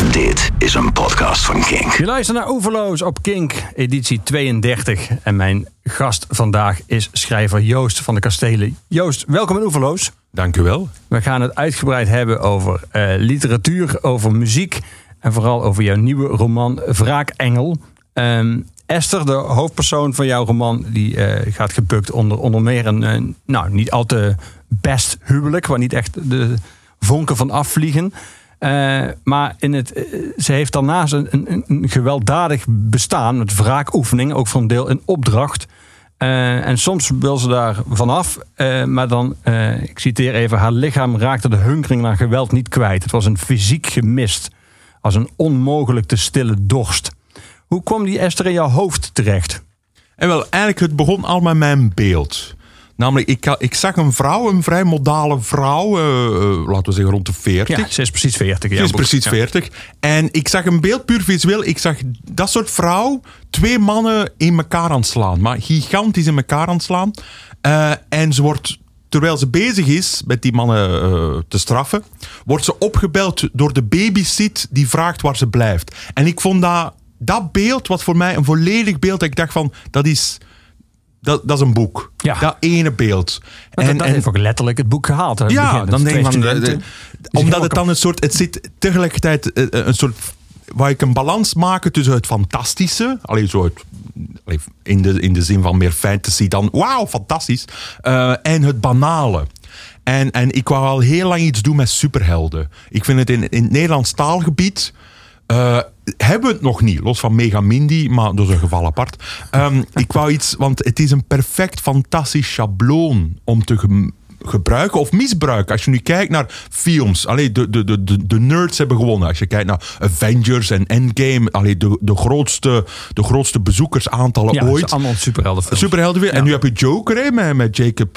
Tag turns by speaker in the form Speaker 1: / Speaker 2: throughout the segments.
Speaker 1: Dit is een podcast van Kink.
Speaker 2: Je luistert naar Oeverloos op Kink, editie 32. En mijn gast vandaag is schrijver Joost van de Kastelen. Joost, welkom in Oeverloos.
Speaker 3: Dank u wel.
Speaker 2: We gaan het uitgebreid hebben over literatuur, over muziek en vooral over jouw nieuwe roman Wraakengel. Esther, de hoofdpersoon van jouw roman, die gaat gebukt onder meer een niet al te best huwelijk, waar niet echt de vonken van afvliegen. Maar ze heeft daarnaast een gewelddadig bestaan met wraakoefening, ook voor een deel een opdracht. En soms wil ze daar vanaf, maar dan, ik citeer even, haar lichaam raakte de hunkering naar geweld niet kwijt. Het was een fysiek gemist, als een onmogelijk te stille dorst. Hoe kwam die Esther in jouw hoofd terecht?
Speaker 3: En wel, eigenlijk het begon al met mijn beeld. Namelijk, ik zag een vrouw, een vrij modale vrouw, laten we zeggen rond de 40.
Speaker 2: Ja, ze is precies 40.
Speaker 3: Ze is precies 40. En ik zag een beeld, puur visueel, ik zag dat soort vrouw, 2 mannen in elkaar aan het slaan. Maar gigantisch in elkaar aan het slaan. En ze wordt, terwijl ze bezig is met die mannen te straffen, wordt ze opgebeld door de babysit die vraagt waar ze blijft. En ik vond dat beeld was voor mij een volledig beeld. Dat ik dacht van, dat is een boek. Ja. Dat ene beeld.
Speaker 2: En dat heeft ook letterlijk het boek gehaald.
Speaker 3: Ja, dan denk ik van, omdat het dan een soort, het zit tegelijkertijd een soort, waar ik een balans maak tussen het fantastische, in de zin van meer fantasy dan wauw, fantastisch, en het banale. En ik wou al heel lang iets doen met superhelden. Ik vind het in het Nederlands taalgebied hebben we het nog niet, los van Megamindy, maar dat is een geval apart. Ik wou iets, want het is een perfect fantastisch schabloon om te gebruiken of misbruiken. Als je nu kijkt naar films, de nerds hebben gewonnen. Als je kijkt naar Avengers en Endgame, de grootste bezoekersaantallen ooit.
Speaker 2: Ja, allemaal superheldenfilms.
Speaker 3: Ja. En nu heb je Joker met Jacob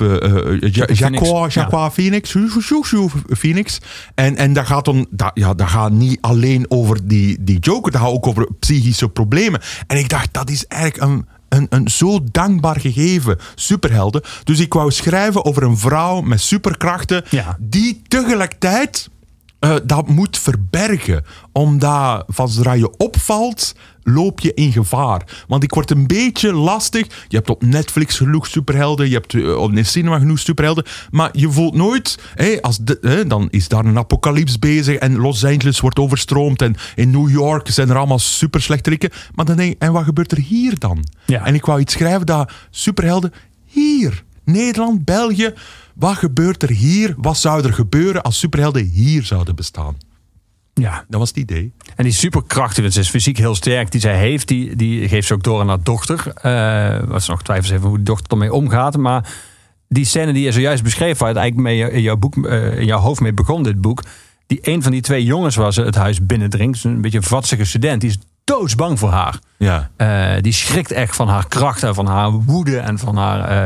Speaker 3: Phoenix. En dat gaat niet alleen over die Joker, dat gaat ook over psychische problemen. En ik dacht, dat is eigenlijk een zo dankbaar gegeven, superhelden. Dus ik wou schrijven over een vrouw met superkrachten, die tegelijkertijd dat moet verbergen. Omdat van zodra je opvalt, loop je in gevaar. Want ik word een beetje lastig. Je hebt op Netflix genoeg superhelden, je hebt op de cinema genoeg superhelden, maar je voelt nooit, dan is daar een apocalyps bezig en Los Angeles wordt overstroomd en in New York zijn er allemaal superslechteriken. Maar dan denk ik, en wat gebeurt er hier dan? Ja. En ik wou iets schrijven dat superhelden hier, Nederland, België, wat gebeurt er hier? Wat zou er gebeuren als superhelden hier zouden bestaan? Ja, dat was het idee.
Speaker 2: En die superkrachten, want ze is fysiek heel sterk, die zij heeft, die geeft ze ook door aan haar dochter. Wat ze nog twijfels heeft hoe die dochter ermee omgaat. Maar die scène die je zojuist beschreef, waar het eigenlijk mee in jouw hoofd mee begon, dit boek. Een van die 2 jongens waar ze het huis binnendringt, een beetje een vatsige student, die is doodsbang voor haar. Ja. Die schrikt echt van haar kracht en van haar woede en van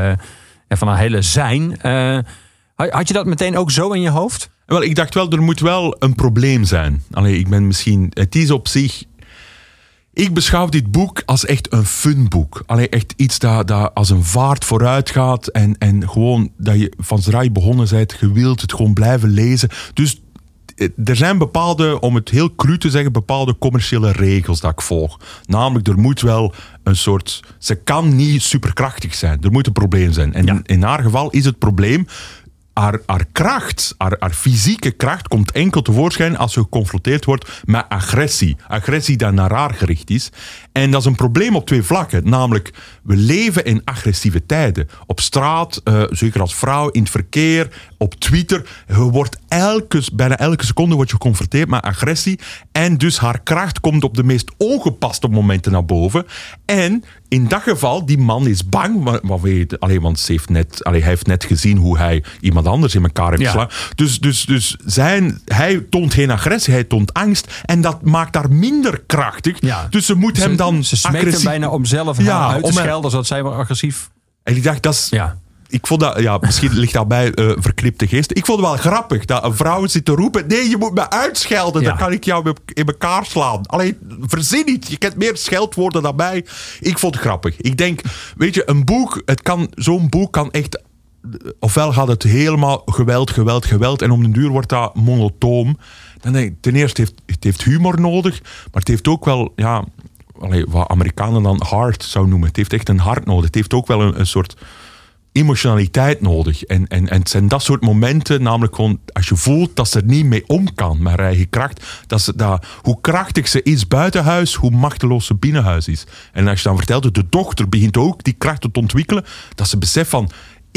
Speaker 2: haar hele zijn. Had je dat meteen ook zo in je hoofd?
Speaker 3: Wel, ik dacht wel, er moet wel een probleem zijn. Het is op zich, ik beschouw dit boek als echt een funboek. Echt iets dat als een vaart vooruit gaat en gewoon dat je van zodra je begonnen bent, je wilt het gewoon blijven lezen. Dus er zijn bepaalde, om het heel cru te zeggen, bepaalde commerciële regels dat ik volg. Namelijk, er moet wel een soort, ze kan niet superkrachtig zijn. Er moet een probleem zijn. En in haar geval is het probleem, haar kracht, haar fysieke kracht komt enkel tevoorschijn als ze geconfronteerd wordt met agressie. Agressie die naar haar gericht is. En dat is een probleem op 2 vlakken. Namelijk, we leven in agressieve tijden. Op straat, zeker als vrouw, in het verkeer, op Twitter. Je wordt bijna elke seconde wordt je geconfronteerd met agressie. En dus haar kracht komt op de meest ongepaste momenten naar boven. En in dat geval, die man is bang. Want hij heeft net gezien hoe hij iemand anders in elkaar heeft geslagen. Dus hij toont geen agressie, hij toont angst. En dat maakt haar minder krachtig. Ja. Dus ze moet hem dan
Speaker 2: Ze smeekt hem bijna om zelf haar uit te schelden, zodat zij maar agressief.
Speaker 3: En ik dacht, dat is... Ja. Ik vond dat, misschien ligt dat bij verknipte geest. Ik vond het wel grappig dat een vrouw zit te roepen, nee, je moet me uitschelden, dan kan ik jou in elkaar slaan. Alleen, verzin niet, je kent meer scheldwoorden dan mij. Ik vond het grappig. Ik denk, weet je, zo'n boek kan echt, ofwel gaat het helemaal geweld, en om den duur wordt dat monotoom. Dan denk ik, ten eerste het heeft humor nodig, maar het heeft ook wel, ja, wat Amerikanen dan hard zou noemen. Het heeft echt een hart nodig. Het heeft ook wel een soort emotionaliteit nodig. En het zijn dat soort momenten, namelijk gewoon als je voelt dat ze er niet mee om kan met haar eigen kracht, hoe krachtig ze is buiten huis, hoe machteloos ze binnen huis is. En als je dan vertelt, de dochter begint ook die kracht te ontwikkelen, dat ze beseft van,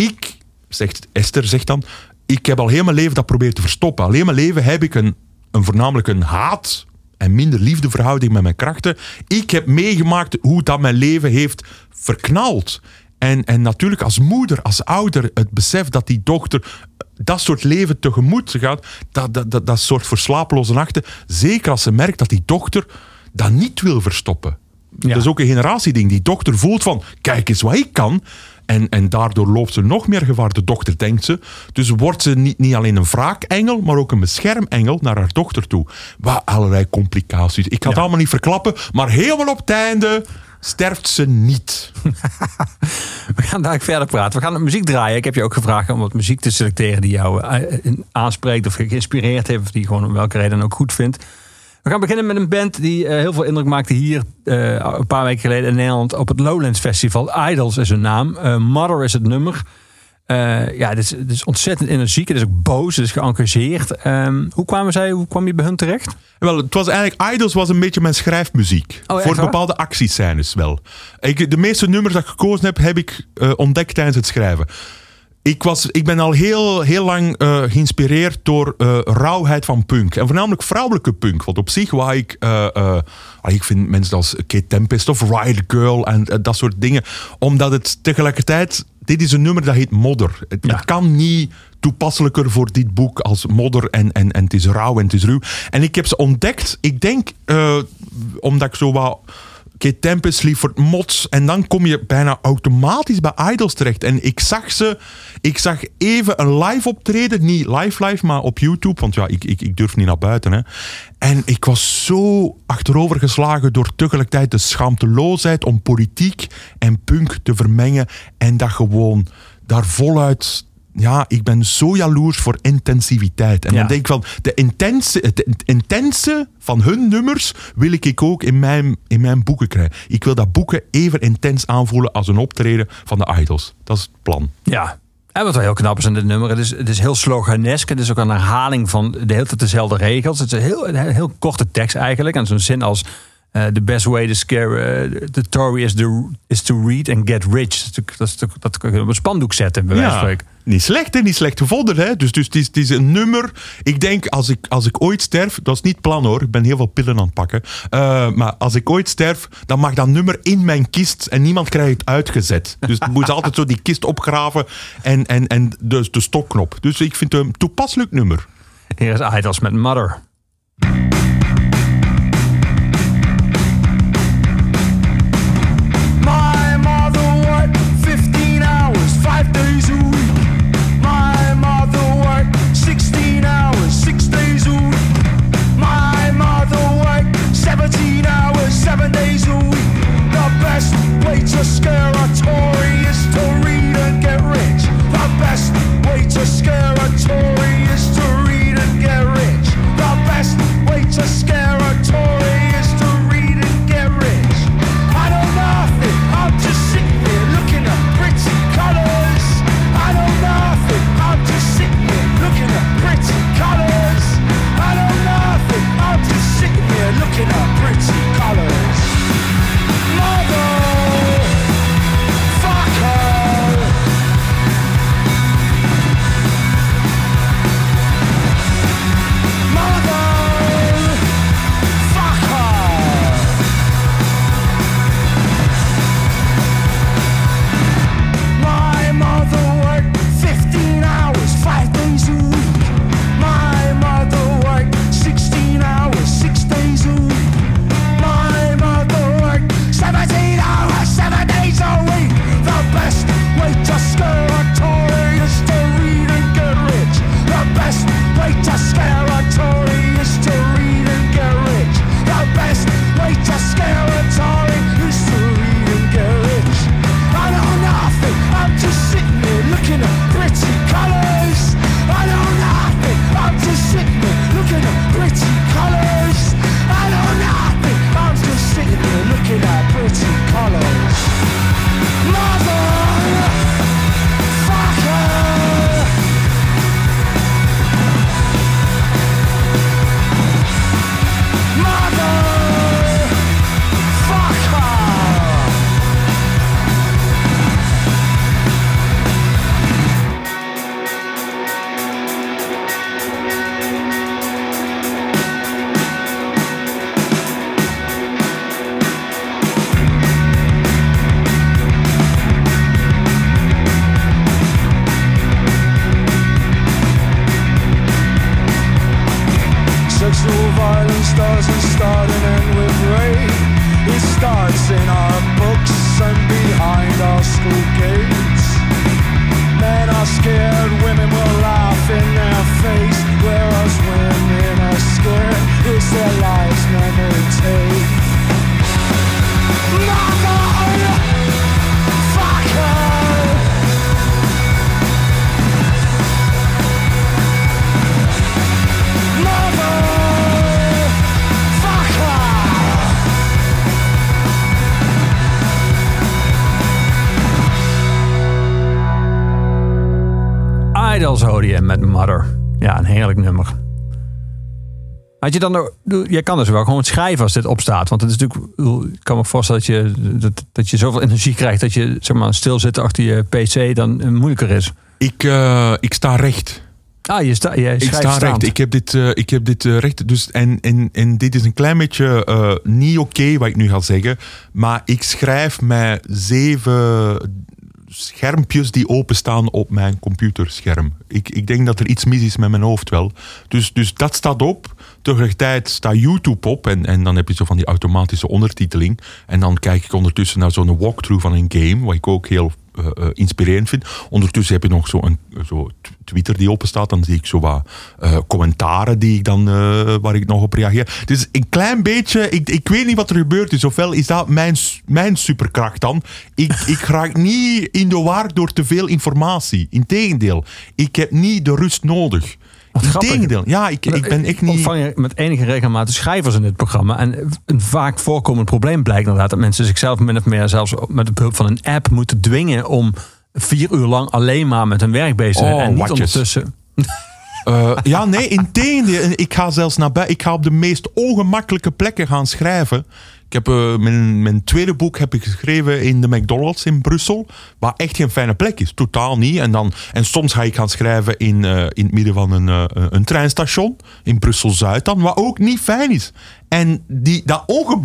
Speaker 3: Esther zegt dan, ik heb al heel mijn leven dat proberen te verstoppen. Al heel mijn leven heb ik voornamelijk een haat en minder liefdeverhouding met mijn krachten. Ik heb meegemaakt hoe dat mijn leven heeft verknald. En natuurlijk als moeder, als ouder, het besef dat die dochter dat soort leven tegemoet gaat, dat soort voor slapeloze nachten, zeker als ze merkt dat die dochter dat niet wil verstoppen. Ja. Dat is ook een generatieding. Die dochter voelt van, kijk eens wat ik kan. En daardoor loopt ze nog meer gevaar, de dochter, denkt ze. Dus wordt ze niet alleen een wraakengel, maar ook een beschermengel naar haar dochter toe. Wat allerlei complicaties. Ik ga het allemaal niet verklappen, maar helemaal op het einde sterft ze niet.
Speaker 2: We gaan daar verder praten. We gaan de muziek draaien. Ik heb je ook gevraagd om wat muziek te selecteren die jou aanspreekt of geïnspireerd heeft, of die je gewoon om welke reden ook goed vindt. We gaan beginnen met een band die heel veel indruk maakte hier een paar weken geleden in Nederland op het Lowlands Festival. Idols is hun naam. Mother is het nummer. Het is ontzettend energiek. Het is ook boos. Het is geëngageerd. Hoe kwam je bij hun terecht?
Speaker 3: Wel, het was eigenlijk, Idols was een beetje mijn schrijfmuziek. Voor bepaalde actiescènes wel. De meeste nummers dat ik gekozen heb ik ontdekt tijdens het schrijven. Ik ben al heel lang geïnspireerd door rauwheid van punk. En voornamelijk vrouwelijke punk. Want op zich waar ik vind mensen als Kate Tempest of Riot Girl en dat soort dingen. Omdat het tegelijkertijd, dit is een nummer dat heet Modder. Het kan niet toepasselijker voor dit boek als Modder en het is rauw en het is ruw. En ik heb ze ontdekt, ik denk, omdat ik zo wat Kate Tempest, Lieford Mods, en dan kom je bijna automatisch bij Idols terecht. En ik zag even een live optreden, niet live, maar op YouTube, want ja, ik durf niet naar buiten. Hè. En ik was zo achterover geslagen door tegelijkertijd de schaamteloosheid om politiek en punk te vermengen en dat gewoon daar voluit. Ja, ik ben zo jaloers voor intensiviteit. En dan denk ik van, het intense van hun nummers wil ik ook in mijn boeken krijgen. Ik wil dat boeken even intens aanvoelen als een optreden van de Idols. Dat is het plan. Ja.
Speaker 2: En wat wel heel knap is in dit nummer, het is heel sloganesk. Het is ook een herhaling van de hele tijd dezelfde regels. Het is een heel korte tekst eigenlijk. En zo'n zin als the best way to scare the Tory is to read and get rich. Dat kun je op een spandoek zetten, bij wijze van spreken.
Speaker 3: Niet slecht, hè? Niet slecht gevonden. Hè? Dus het is een nummer. Ik denk, als ik ooit sterf, dat is niet het plan hoor, ik ben heel veel pillen aan het pakken. Maar als ik ooit sterf, dan mag dat nummer in mijn kist en niemand krijgt het uitgezet. Dus ik moet altijd zo die kist opgraven en de stopknop. Dus ik vind het een toepasselijk nummer.
Speaker 2: Hier is Idols met Mother.
Speaker 4: Scare a Tory is to read and get rich. The best way to scare a Tory is to read and get rich. The best way doesn't start and end with rain. It starts in our books and behind our school gates. Men are scared, women will laugh in their face, whereas women are scared. It's their lives never take.
Speaker 2: Idols Hodie met Mother. Ja, een heerlijk nummer. Had je dan, jij kan dus wel gewoon schrijven als dit opstaat. Want het is natuurlijk, ik kan me voorstellen dat je zoveel energie krijgt dat je zeg maar stilzitten achter je PC dan moeilijker is.
Speaker 3: Ik sta recht.
Speaker 2: Jij schrijft
Speaker 3: Ik sta recht. Ik heb dit recht. Dus, en dit is een klein beetje niet oké wat ik nu ga zeggen. Maar ik schrijf met 7 schermpjes die openstaan op mijn computerscherm. Ik denk dat er iets mis is met mijn hoofd wel. Dus dat staat op. Tegelijkertijd staat YouTube op. En dan heb je zo van die automatische ondertiteling. En dan kijk ik ondertussen naar zo'n walkthrough van een game. Wat ik ook heel inspirerend vind. Ondertussen heb je nog zo Twitter die open staat. Dan zie ik zo wat commentaren die ik dan, waar ik nog op reageer. Dus een klein beetje, ik weet niet wat er gebeurd is. Ofwel is dat mijn superkracht dan. Ik raak niet in de war door te veel informatie. Integendeel, ik heb niet de rust nodig. Integendeel, ja, ik ben echt niet...
Speaker 2: Ontvang je met enige regelmaat schrijvers in dit programma. En een vaak voorkomend probleem blijkt inderdaad dat mensen zichzelf min of meer zelfs met behulp van een app moeten dwingen om 4 uur lang alleen maar met hun werk bezig zijn. En niet
Speaker 3: watjes.
Speaker 2: ondertussen...
Speaker 3: Ja, nee, integendeel. Ik ga zelfs naar buiten. Ik ga op de meest ongemakkelijke plekken gaan schrijven. Ik heb mijn tweede boek heb ik geschreven in de McDonald's in Brussel. Wat echt geen fijne plek is. Totaal niet. En soms ga ik gaan schrijven in het midden van een treinstation. In Brussel-Zuid dan. Wat ook niet fijn is. En dat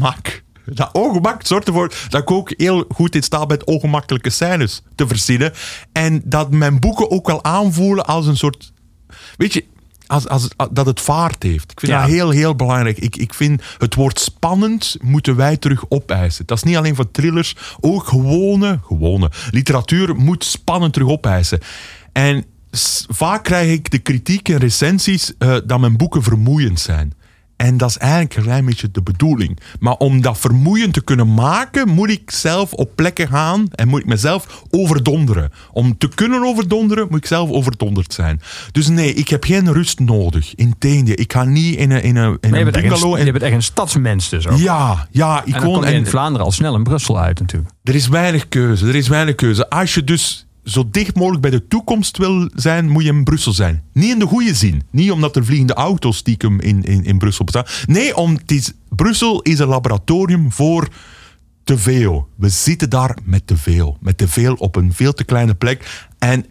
Speaker 3: ongemak zorgt ervoor dat ik ook heel goed in staat ben ongemakkelijke scènes te verzinnen. En dat mijn boeken ook wel aanvoelen als een soort... Weet je, dat het vaart heeft. Ik vind dat heel, heel belangrijk. Ik vind het woord spannend moeten wij terug opeisen. Dat is niet alleen voor thrillers. Ook gewone literatuur moet spannend terug opeisen. En vaak krijg ik de kritiek en recensies dat mijn boeken vermoeiend zijn. En dat is eigenlijk een klein beetje de bedoeling. Maar om dat vermoeiend te kunnen maken, moet ik zelf op plekken gaan en moet ik mezelf overdonderen. Om te kunnen overdonderen, moet ik zelf overdonderd zijn. Dus nee, ik heb geen rust nodig. Integendeel, ik ga niet in een bungalow...
Speaker 2: Je bent echt een stadsmens dus ook.
Speaker 3: Ja.
Speaker 2: Ik woon in Vlaanderen al snel in Brussel uit natuurlijk.
Speaker 3: Er is weinig keuze. Als je dus zo dicht mogelijk bij de toekomst wil zijn, moet je in Brussel zijn. Niet in de goede zin. Niet omdat er vliegende auto's stiekem in Brussel bestaan. Nee, Brussel is een laboratorium voor te veel. We zitten daar met te veel. Met te veel op een veel te kleine plek.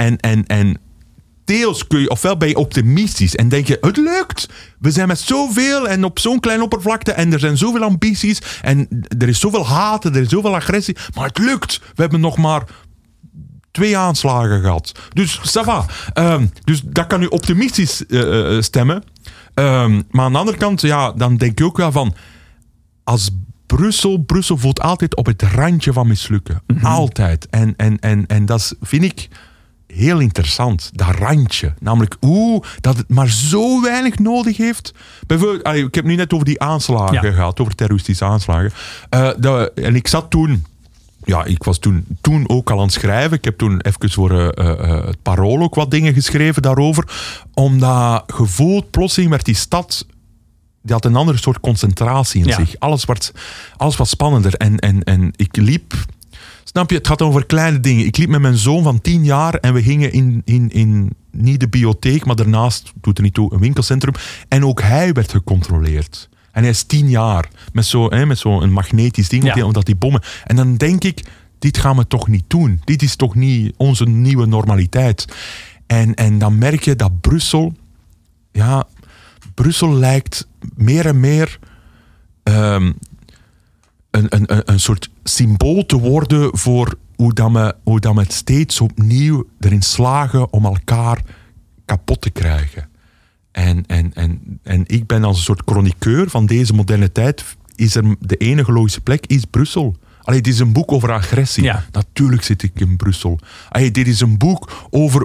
Speaker 3: En deels kun je, ofwel ben je optimistisch en denk je, het lukt. We zijn met zoveel en op zo'n kleine oppervlakte en er zijn zoveel ambities en er is zoveel haat, er is zoveel agressie. Maar het lukt. We hebben nog maar 2 aanslagen gehad. Dus ça va. Dus dat kan u optimistisch stemmen. Maar aan de andere kant, ja, dan denk je ook wel van... Als Brussel voelt altijd op het randje van mislukken. Mm-hmm. Altijd. En dat vind ik heel interessant. Dat randje. Namelijk dat het maar zo weinig nodig heeft. Bijvoorbeeld, ik heb nu net over die aanslagen gehad. Over terroristische aanslagen. En ik zat toen... Ja, ik was toen ook al aan het schrijven. Ik heb toen even voor het Parool ook wat dingen geschreven daarover. Omdat gevoeld, plotseling werd die stad... Die had een andere soort concentratie in zich. Alles was spannender. En ik liep... Snap je, het gaat over kleine dingen. Ik liep met mijn zoon van 10 jaar en we gingen in niet de bibliotheek, maar daarnaast, doet er niet toe, een winkelcentrum. En ook hij werd gecontroleerd. En hij is 10 jaar. Met zo'n magnetisch ding, omdat die bommen... En dan denk ik, dit gaan we toch niet doen. Dit is toch niet onze nieuwe normaliteit. En dan merk je dat Brussel... Ja, Brussel lijkt meer en meer... Een soort symbool te worden voor hoe dat we steeds opnieuw erin slagen om elkaar kapot te krijgen. En ik ben als een soort chroniqueur van deze moderne tijd. Is er de enige logische plek is Brussel. Allee, dit is een boek over agressie.
Speaker 2: Ja.
Speaker 3: Natuurlijk zit ik in Brussel. Allee, dit is een boek over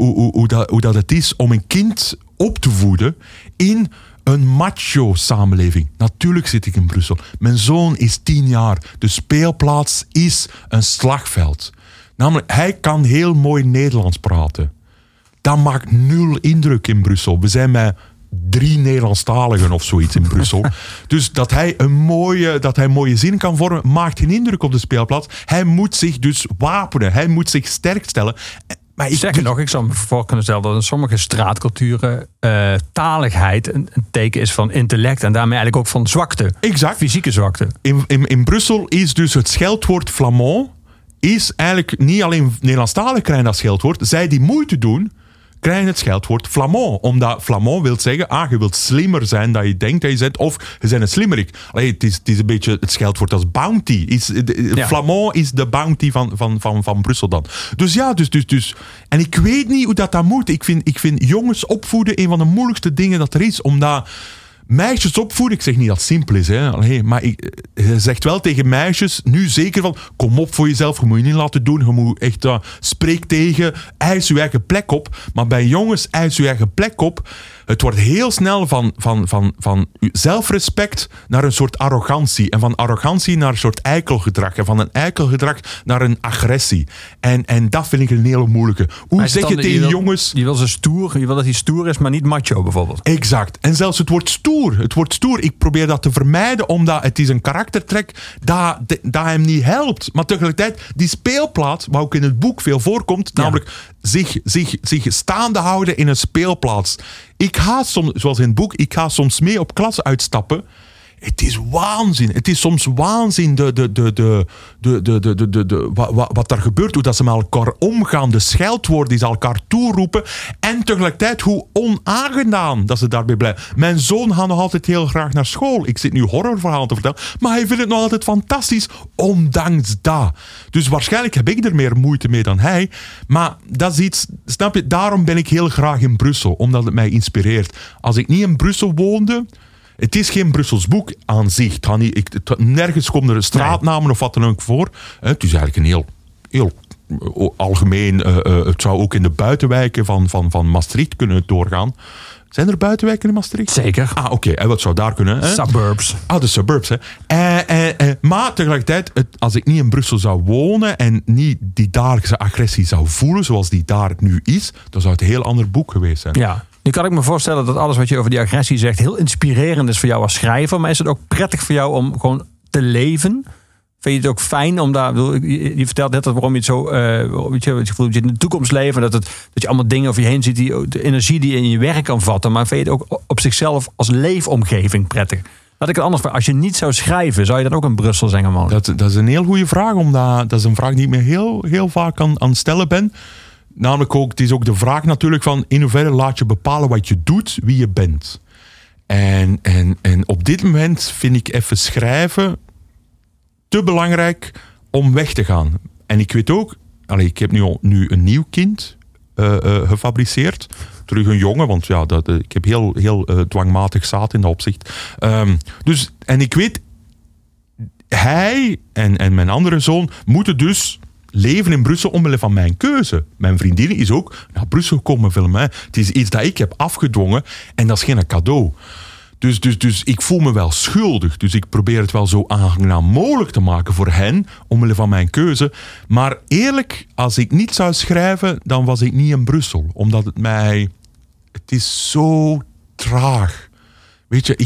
Speaker 3: hoe dat het is om een kind op te voeden in een macho-samenleving. Natuurlijk zit ik in Brussel. Mijn zoon is 10 jaar. De speelplaats is een slagveld. Namelijk, hij kan heel mooi Nederlands praten. Dat maakt 0 indruk in Brussel. We zijn met 3 Nederlandstaligen of zoiets in Brussel. Dus dat hij mooie zin kan vormen, maakt geen indruk op de speelplaats. Hij moet zich dus wapenen. Hij moet zich sterk stellen. Maar
Speaker 2: Sterker nog, ik zou me voor kunnen stellen dat in sommige straatculturen taligheid een teken is van intellect en daarmee eigenlijk ook van zwakte.
Speaker 3: Exact.
Speaker 2: Fysieke zwakte.
Speaker 3: In Brussel is dus het scheldwoord flamand is eigenlijk niet alleen Nederlandstalig krijgen dat scheldwoord. Zij die moeite doen, krijgen het scheldwoord flamand. Omdat flamand wil zeggen, je wilt slimmer zijn dan je denkt dat je bent, of je bent een slimmerik. Allee, het is een beetje het scheldwoord als bounty. Flamand is de bounty van Brussel dan. Dus ja, dus. En ik weet niet hoe dat moet. Ik vind jongens opvoeden een van de moeilijkste dingen dat er is. Omdat meisjes opvoeden, ik zeg niet dat het simpel is, hè. Allee, maar je zegt wel tegen meisjes, nu zeker van, kom op voor jezelf, je moet je niet laten doen, je moet echt, spreek tegen, eis je eigen plek op. Maar bij jongens, eis je eigen plek op. Het wordt heel snel van zelfrespect naar een soort arrogantie. En van arrogantie naar een soort eikelgedrag. En van een eikelgedrag naar een agressie. En dat vind ik een hele moeilijke. Hoe zeg je tegen jongens...
Speaker 2: Je wil ze stoer, je wil dat hij stoer is, maar niet macho bijvoorbeeld.
Speaker 3: Exact. En zelfs het wordt stoer. Ik probeer dat te vermijden, omdat het is een karaktertrek dat hem niet helpt. Maar tegelijkertijd, die speelplaats, waar ook in het boek veel voorkomt, namelijk zich staande houden in een speelplaats. Ik ga soms, zoals in het boek, soms mee op klas uitstappen. Het is waanzin. Het is soms waanzin wat daar gebeurt. Hoe dat ze met elkaar omgaan. De scheldwoorden die ze elkaar toeroepen. En tegelijkertijd hoe onaangenaam dat ze daarbij blijven. Mijn zoon gaat nog altijd heel graag naar school. Ik zit nu horrorverhalen te vertellen. Maar hij vindt het nog altijd fantastisch. Ondanks dat. Dus waarschijnlijk heb ik er meer moeite mee dan hij. Maar dat is iets... Snap je? Daarom ben ik heel graag in Brussel. Omdat het mij inspireert. Als ik niet in Brussel woonde... Het is geen Brussels boek aan zich. Nergens komen er straatnamen of wat dan ook voor. Het is eigenlijk een heel algemeen... het zou ook in de buitenwijken van Maastricht kunnen doorgaan. Zijn er buitenwijken in Maastricht?
Speaker 2: Zeker.
Speaker 3: Oké. En wat zou daar kunnen?
Speaker 2: Suburbs.
Speaker 3: De suburbs. Maar tegelijkertijd, als ik niet in Brussel zou wonen en niet die dagelijkse agressie zou voelen zoals die daar nu is, dan zou het een heel ander boek geweest zijn.
Speaker 2: Ja. Nu kan ik me voorstellen dat alles wat je over die agressie zegt heel inspirerend is voor jou als schrijver. Maar is het ook prettig voor jou om gewoon te leven? Vind je het ook fijn om daar... Je vertelt net waarom je het zo... het gevoel dat je in de toekomst leeft. Dat je allemaal dingen over je heen ziet. De energie die je in je werk kan vatten. Maar vind je het ook op zichzelf als leefomgeving prettig? Laat ik het anders vragen. Als je niet zou schrijven, zou je dan ook in Brussel zijn man?
Speaker 3: Dat is een heel goede vraag. Omdat dat is een vraag die ik me heel vaak aan het stellen ben. Namelijk ook, het is ook de vraag natuurlijk van in hoeverre laat je bepalen wat je doet, wie je bent. En op dit moment vind ik even schrijven te belangrijk om weg te gaan. En ik weet ook, ik heb nu een nieuw kind gefabriceerd. Terug een jongen, want ja, ik heb heel dwangmatig zaad in dat opzicht. En ik weet, hij en mijn andere zoon moeten dus leven in Brussel omwille van mijn keuze. Mijn vriendin is ook naar Brussel komen filmen. Het is iets dat ik heb afgedwongen en dat is geen cadeau. Dus ik voel me wel schuldig. Dus ik probeer het wel zo aangenaam mogelijk te maken voor hen, omwille van mijn keuze. Maar eerlijk, als ik niet zou schrijven, dan was ik niet in Brussel. Omdat het is zo traag. Weet je,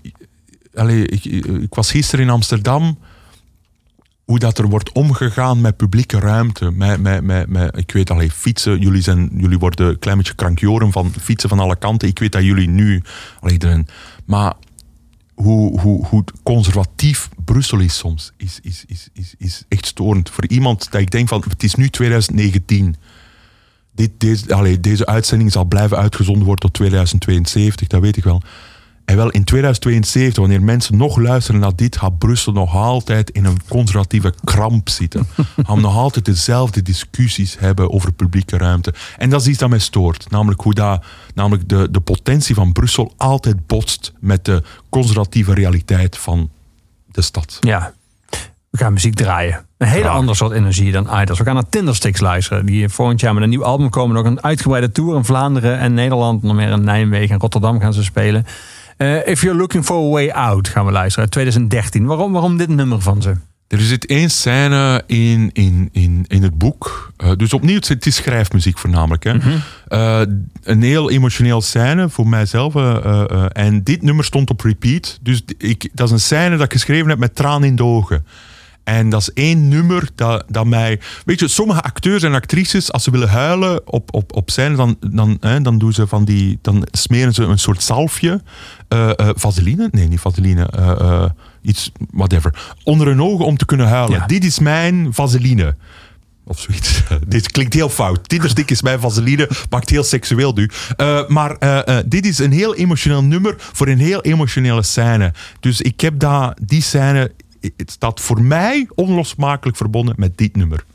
Speaker 3: ik was gisteren in Amsterdam. Hoe dat er wordt omgegaan met publieke ruimte. Ik weet fietsen. Jullie worden een klein beetje krankjoren van fietsen van alle kanten. Ik weet dat jullie nu... Maar hoe conservatief Brussel is soms, is echt storend. Voor iemand dat ik denk van, het is nu 2019. Deze uitzending zal blijven uitgezonden worden tot 2072, dat weet ik wel. En wel in 2072, wanneer mensen nog luisteren naar dit, gaat Brussel nog altijd in een conservatieve kramp zitten. Gaan nog altijd dezelfde discussies hebben over publieke ruimte. En dat is iets dat mij stoort. Namelijk de potentie van Brussel altijd botst met de conservatieve realiteit van de stad.
Speaker 2: Ja, we gaan muziek draaien. Een hele andere soort energie dan Idols. We gaan naar Tindersticks luisteren. Die volgend jaar met een nieuw album komen. Nog een uitgebreide tour in Vlaanderen en Nederland. Nog meer in Nijmegen en Rotterdam gaan ze spelen. If You're Looking For A Way Out gaan we luisteren uit 2013. Waarom dit nummer van ze?
Speaker 3: Er zit één scène in het boek. Dus opnieuw, het is schrijfmuziek voornamelijk. Hè. Mm-hmm. Een heel emotioneel scène voor mijzelf. En dit nummer stond op repeat. Dus dat is een scène dat ik geschreven heb met tranen in de ogen. En dat is één nummer dat mij... Weet je, sommige acteurs en actrices, als ze willen huilen op scène, dan doen ze van die... Dan smeren ze een soort zalfje. Vaseline? Nee, niet vaseline. Iets, whatever. Onder hun ogen om te kunnen huilen. Ja. Dit is mijn vaseline. Of zoiets. Dit klinkt heel fout. Tinderstick is mijn vaseline. Maakt heel seksueel nu. Maar dit is een heel emotioneel nummer voor een heel emotionele scène. Dus ik heb die scène... Het staat voor mij onlosmakelijk verbonden met dit nummer.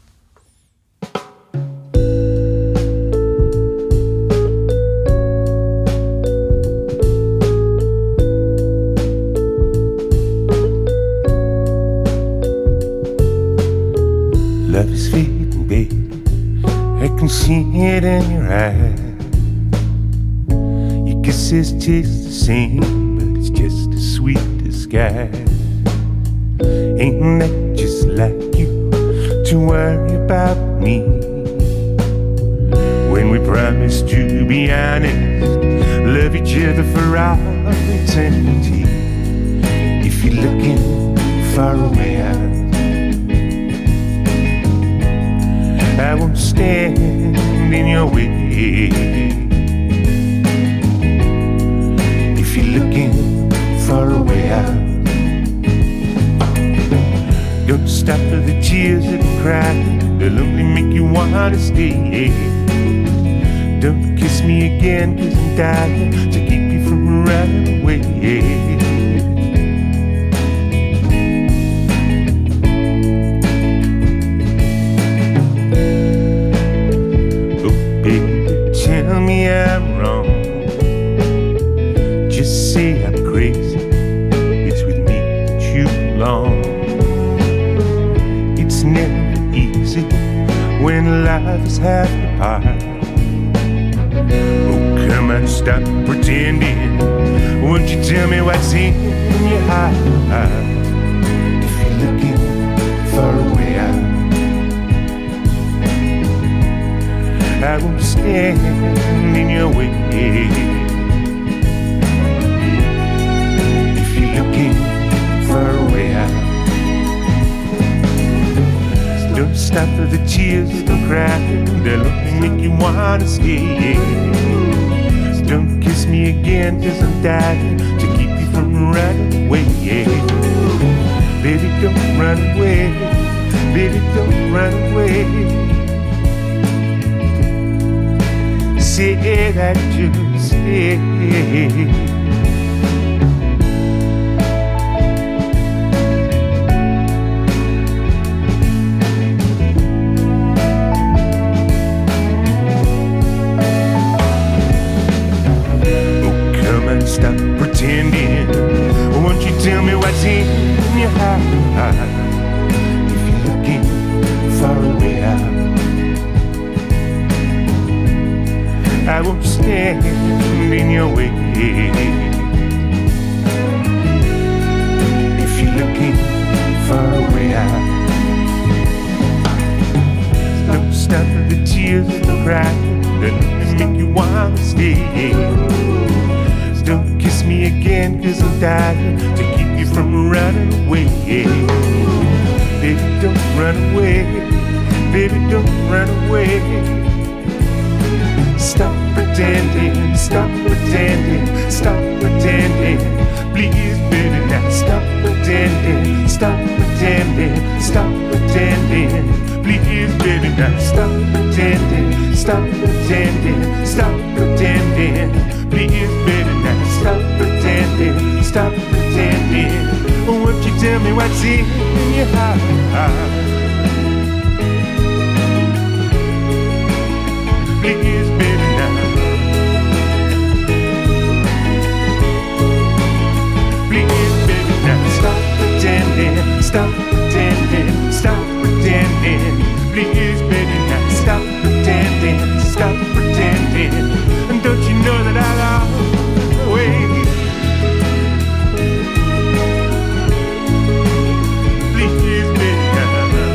Speaker 5: Love is fading, baby. I can see it in your eyes. Your kisses taste the same, but it's just as sweet as sky. Ain't that just like you to worry about me? When we promised to be honest, love each other for all eternity. If you're looking for a way out, I won't stand in your way. If you're looking for a way out, don't stop for the tears that cry. They'll only make you wanna stay. Don't kiss me again, 'cause I'm dying to keep you from running away. Oh baby, tell me I'm wrong. Just say I'm crazy. It's with me too long. It's never easy when life is half apart. Oh, come on, stop pretending. Won't you tell me what's in your heart? If you're looking for a way out, I won't stand in your way. If you're looking for a way out, don't stop for the tears to cry. They'll only make you wanna stay. Don't kiss me again, 'cause I'm dying to keep you from running away. Baby, don't run away. Baby, don't run away. Say that you stay. Stop pretending. Won't you tell me what's in your heart? If you're looking for a way out, I won't stand in your way. If you're looking for a way out, don't stop for the tears to cry. They'll make you wanna stay. Don't kiss me again, 'cause I'm dying to keep you from running away. Baby, don't run away. Baby, don't run away. Stop pretending, stop pretending, stop pretending. Please, baby, now stop pretending, stop pretending, stop pretending. Please, baby, now stop pretending, stop pretending, stop pretending. Please, baby, now stop pretending. me what's in your heart. Please, baby, now. Please, baby, now. Stop pretending, stop pretending, stop pretending. Please, baby, now. Stop pretending, stop pretending. And don't you know that I'll always. Please, baby, now.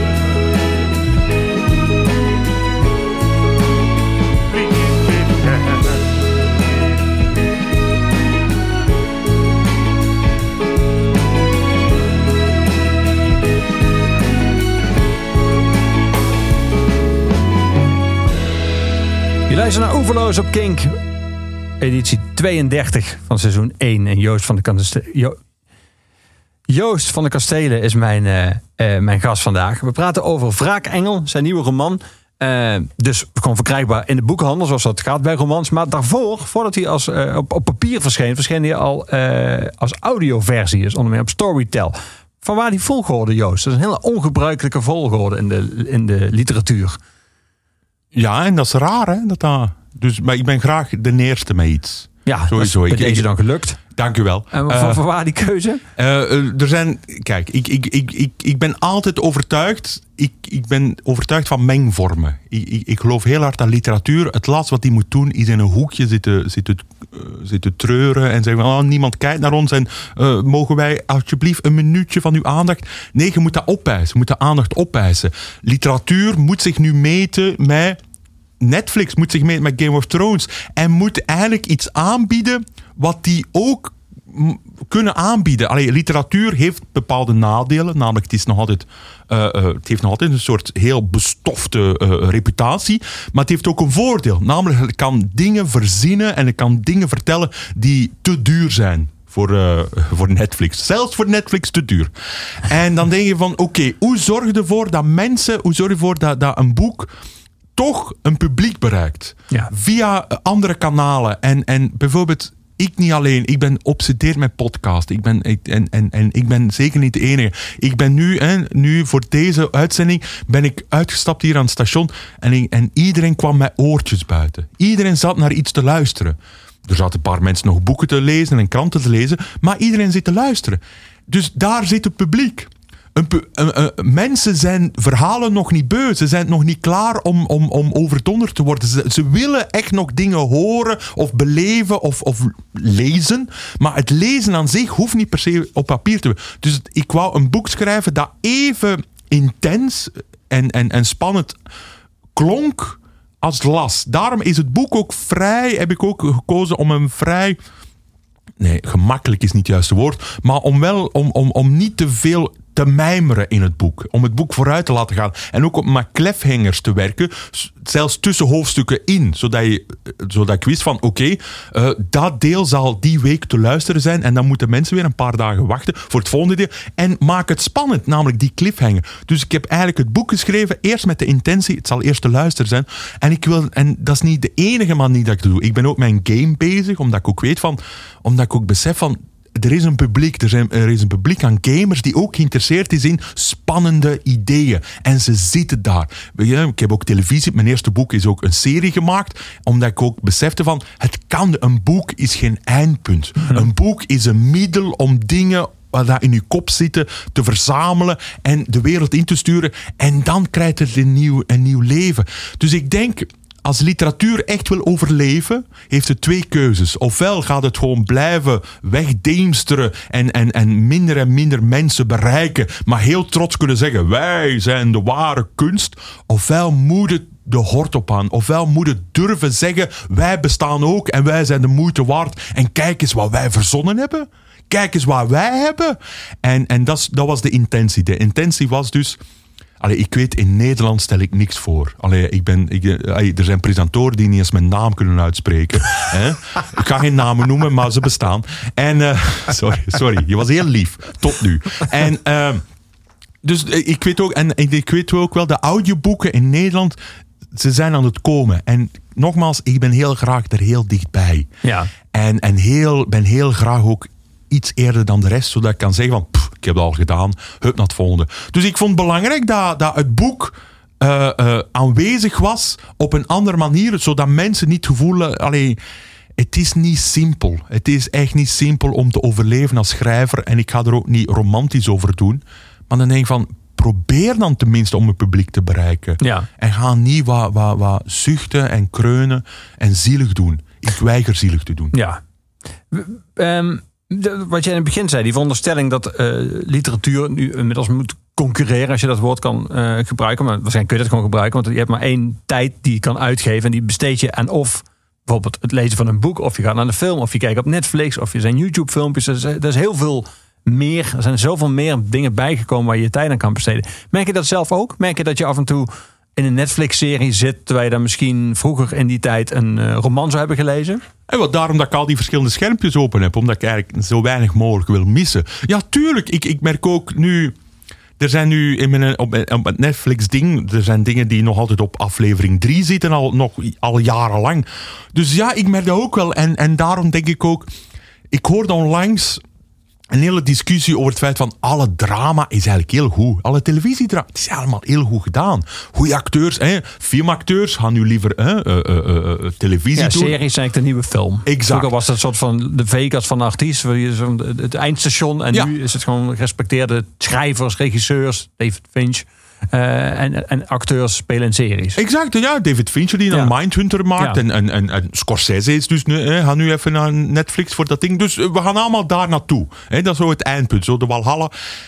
Speaker 5: Please, baby, now.
Speaker 2: Je luistert naar Oeverloos op Kink. Editie 32 van seizoen 1. En Joost van de Kastelen is mijn gast vandaag. We praten over Wraakengel, zijn nieuwe roman. Dus gewoon verkrijgbaar in de boekhandel, zoals dat gaat bij romans. Maar voordat hij op papier verscheen hij al als audioversie. Dus onder meer op Storytel. Vanwaar die volgorde, Joost? Dat is een hele ongebruikelijke volgorde in de literatuur.
Speaker 3: Ja, en dat is raar, hè? Dus, maar ik ben graag de eerste met iets.
Speaker 2: Ja,
Speaker 3: sowieso.
Speaker 2: Dat is bij deze dan gelukt.
Speaker 3: Dank u wel.
Speaker 2: En vanwaar die keuze?
Speaker 3: Er zijn... Kijk, ik ben altijd overtuigd. Ik ben overtuigd van mengvormen. Ik geloof heel hard aan literatuur. Het laatste wat die moet doen is in een hoekje zitten treuren en zeggen van, niemand kijkt naar ons en mogen wij alsjeblieft een minuutje van uw aandacht? Nee, je moet dat opeisen. Je moet de aandacht opeisen. Literatuur moet zich nu meten met... Netflix moet zich meten met Game of Thrones en moet eigenlijk iets aanbieden wat die ook kunnen aanbieden. Allee, literatuur heeft bepaalde nadelen, namelijk het heeft nog altijd een soort heel bestofte reputatie, maar het heeft ook een voordeel, namelijk het kan dingen verzinnen en het kan dingen vertellen die te duur zijn. Voor Netflix. Zelfs voor Netflix te duur. En dan denk je van, oké, hoe zorg je ervoor dat een boek toch een publiek bereikt. Ja. Via andere kanalen. En bijvoorbeeld, ik niet alleen. Ik ben obsedeerd met podcast. Ik ben zeker niet de enige. Ik ben nu voor deze uitzending ben ik uitgestapt hier aan het station. En iedereen kwam met oortjes buiten. Iedereen zat naar iets te luisteren. Er zaten een paar mensen nog boeken te lezen en kranten te lezen. Maar iedereen zit te luisteren. Dus daar zit het publiek. Mensen zijn verhalen nog niet beu. Ze zijn nog niet klaar om overdonderd te worden. Ze willen echt nog dingen horen of beleven of lezen. Maar het lezen aan zich hoeft niet per se op papier te worden. Dus ik wou een boek schrijven dat even intens en spannend klonk als las. Daarom is het boek ook heb ik ook gekozen om een vrij... Nee, gemakkelijk is niet het juiste woord. Maar om niet te veel te mijmeren in het boek. Om het boek vooruit te laten gaan. En ook op met cliffhangers te werken. Zelfs tussen hoofdstukken in. Zodat ik wist van oké, dat deel zal die week te luisteren zijn. En dan moeten mensen weer een paar dagen wachten voor het volgende deel. En maak het spannend, namelijk die cliffhanger. Dus ik heb eigenlijk het boek geschreven. Eerst met de intentie, het zal eerst te luisteren zijn. En dat is niet de enige manier dat ik het doe. Ik ben ook met een game bezig. Omdat ik ook weet van... Omdat ik ook besef van... Er is een publiek, er is een publiek aan gamers die ook geïnteresseerd is in spannende ideeën. En ze zitten daar. Ik heb ook televisie. Mijn eerste boek is ook een serie gemaakt. Omdat ik ook besefte van, een boek is geen eindpunt. Een boek is een middel om dingen wat in je kop zitten te verzamelen en de wereld in te sturen. En dan krijgt het een nieuw leven. Dus ik denk... Als literatuur echt wil overleven, heeft het twee keuzes. Ofwel gaat het gewoon blijven wegdeemsteren en minder mensen bereiken, maar heel trots kunnen zeggen, wij zijn de ware kunst. Ofwel moet het de hort op aan. Ofwel moet het durven zeggen, wij bestaan ook en wij zijn de moeite waard. En kijk eens wat wij verzonnen hebben. Kijk eens wat wij hebben. En dat was de intentie. De intentie was dus... ik weet, in Nederland stel ik niks voor. Er zijn presentatoren die niet eens mijn naam kunnen uitspreken. Ik ga geen namen noemen, maar ze bestaan. En, sorry, je was heel lief. Tot nu. En, dus ik weet ook wel, de audioboeken in Nederland, ze zijn aan het komen. En nogmaals, ik ben heel graag er heel dichtbij. Ja. En ben heel graag ook iets eerder dan de rest, zodat ik kan zeggen van, ik heb het al gedaan, hup naar het volgende. Dus ik vond het belangrijk dat het boek aanwezig was op een andere manier, zodat mensen niet gevoelen... Het is niet simpel. Het is echt niet simpel om te overleven als schrijver. En ik ga er ook niet romantisch over doen. Maar dan denk ik van, probeer dan tenminste om het publiek te bereiken. Ja. En ga niet wat zuchten en kreunen en zielig doen. Ik weiger zielig te doen.
Speaker 2: Ja. Wat jij in het begin zei, die veronderstelling dat literatuur nu inmiddels moet concurreren, als je dat woord kan gebruiken. Maar waarschijnlijk kun je dat gewoon gebruiken, want je hebt maar één tijd die je kan uitgeven. En die besteed je aan of bijvoorbeeld het lezen van een boek, of je gaat naar de film, of je kijkt op Netflix, of je zijn YouTube-filmpjes. Er is heel veel meer. Er zijn zoveel meer dingen bijgekomen waar je tijd aan kan besteden. Merk je dat zelf ook? Merk je dat je af en toe in een Netflix-serie zit, terwijl je dan misschien vroeger in die tijd een roman zou hebben gelezen?
Speaker 3: En wat daarom dat ik al die verschillende schermpjes open heb, omdat ik eigenlijk zo weinig mogelijk wil missen. Ja, tuurlijk. Ik merk ook nu... Er zijn nu op het Netflix-ding, er zijn dingen die nog altijd op aflevering 3 zitten, al jarenlang. Dus ja, ik merk dat ook wel. En daarom denk ik ook... Ik hoorde onlangs een hele discussie over het feit van alle drama is eigenlijk heel goed. Alle televisiedrama, het is allemaal heel goed gedaan. Goeie acteurs, filmacteurs gaan nu liever televisie doen.
Speaker 2: Series zijn eigenlijk de nieuwe film.
Speaker 3: Exact.
Speaker 2: Vroeger was dat een soort van de Vegas van de artiest, het eindstation. En nu is het gewoon gerespecteerde schrijvers, regisseurs, David Finch. En acteurs spelen in series.
Speaker 3: Exact, ja. David Fincher die een Mindhunter maakt. Ja. En Scorsese is dus ga nu even naar Netflix voor dat ding. Dus we gaan allemaal daar naartoe. Dat is zo het eindpunt, zo de Walhalla.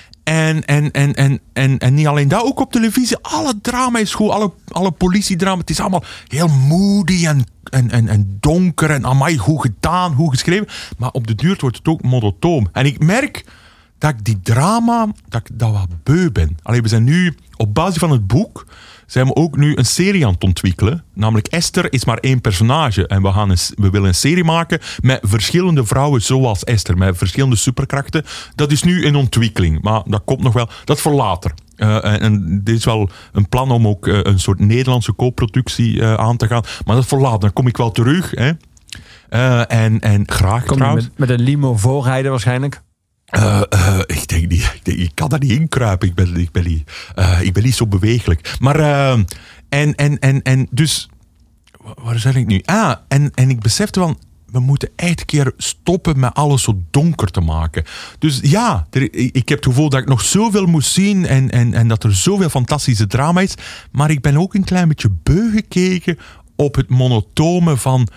Speaker 3: En niet alleen dat, ook op televisie. Alle drama is goed, alle politiedrama. Het is allemaal heel moody en donker en amai, goed gedaan, goed geschreven. Maar op de duur wordt het ook monotoon. En ik merk dat ik die drama, dat ik dat wat beu ben. We zijn nu, op basis van het boek, zijn we ook nu een serie aan het ontwikkelen. Namelijk Esther is maar 1 personage. En we willen een serie maken met verschillende vrouwen zoals Esther. Met verschillende superkrachten. Dat is nu in ontwikkeling. Maar dat komt nog wel. Dat is voor later. En dit is wel een plan om ook een soort Nederlandse co-productie aan te gaan. Maar dat is voor later. Dan kom ik wel terug. En graag
Speaker 2: kom
Speaker 3: trouwens.
Speaker 2: Met een limo voorrijden waarschijnlijk?
Speaker 3: Ik denk niet. Ik kan daar niet inkruipen. Ik ben niet zo bewegelijk. Maar en dus waar zeg ik nu? En ik besefte van, we moeten echt een keer stoppen met alles zo donker te maken. Dus ja, ik heb het gevoel dat ik nog zoveel moet zien en dat er zoveel fantastische drama is. Maar ik ben ook een klein beetje beu gekeken op het monotone van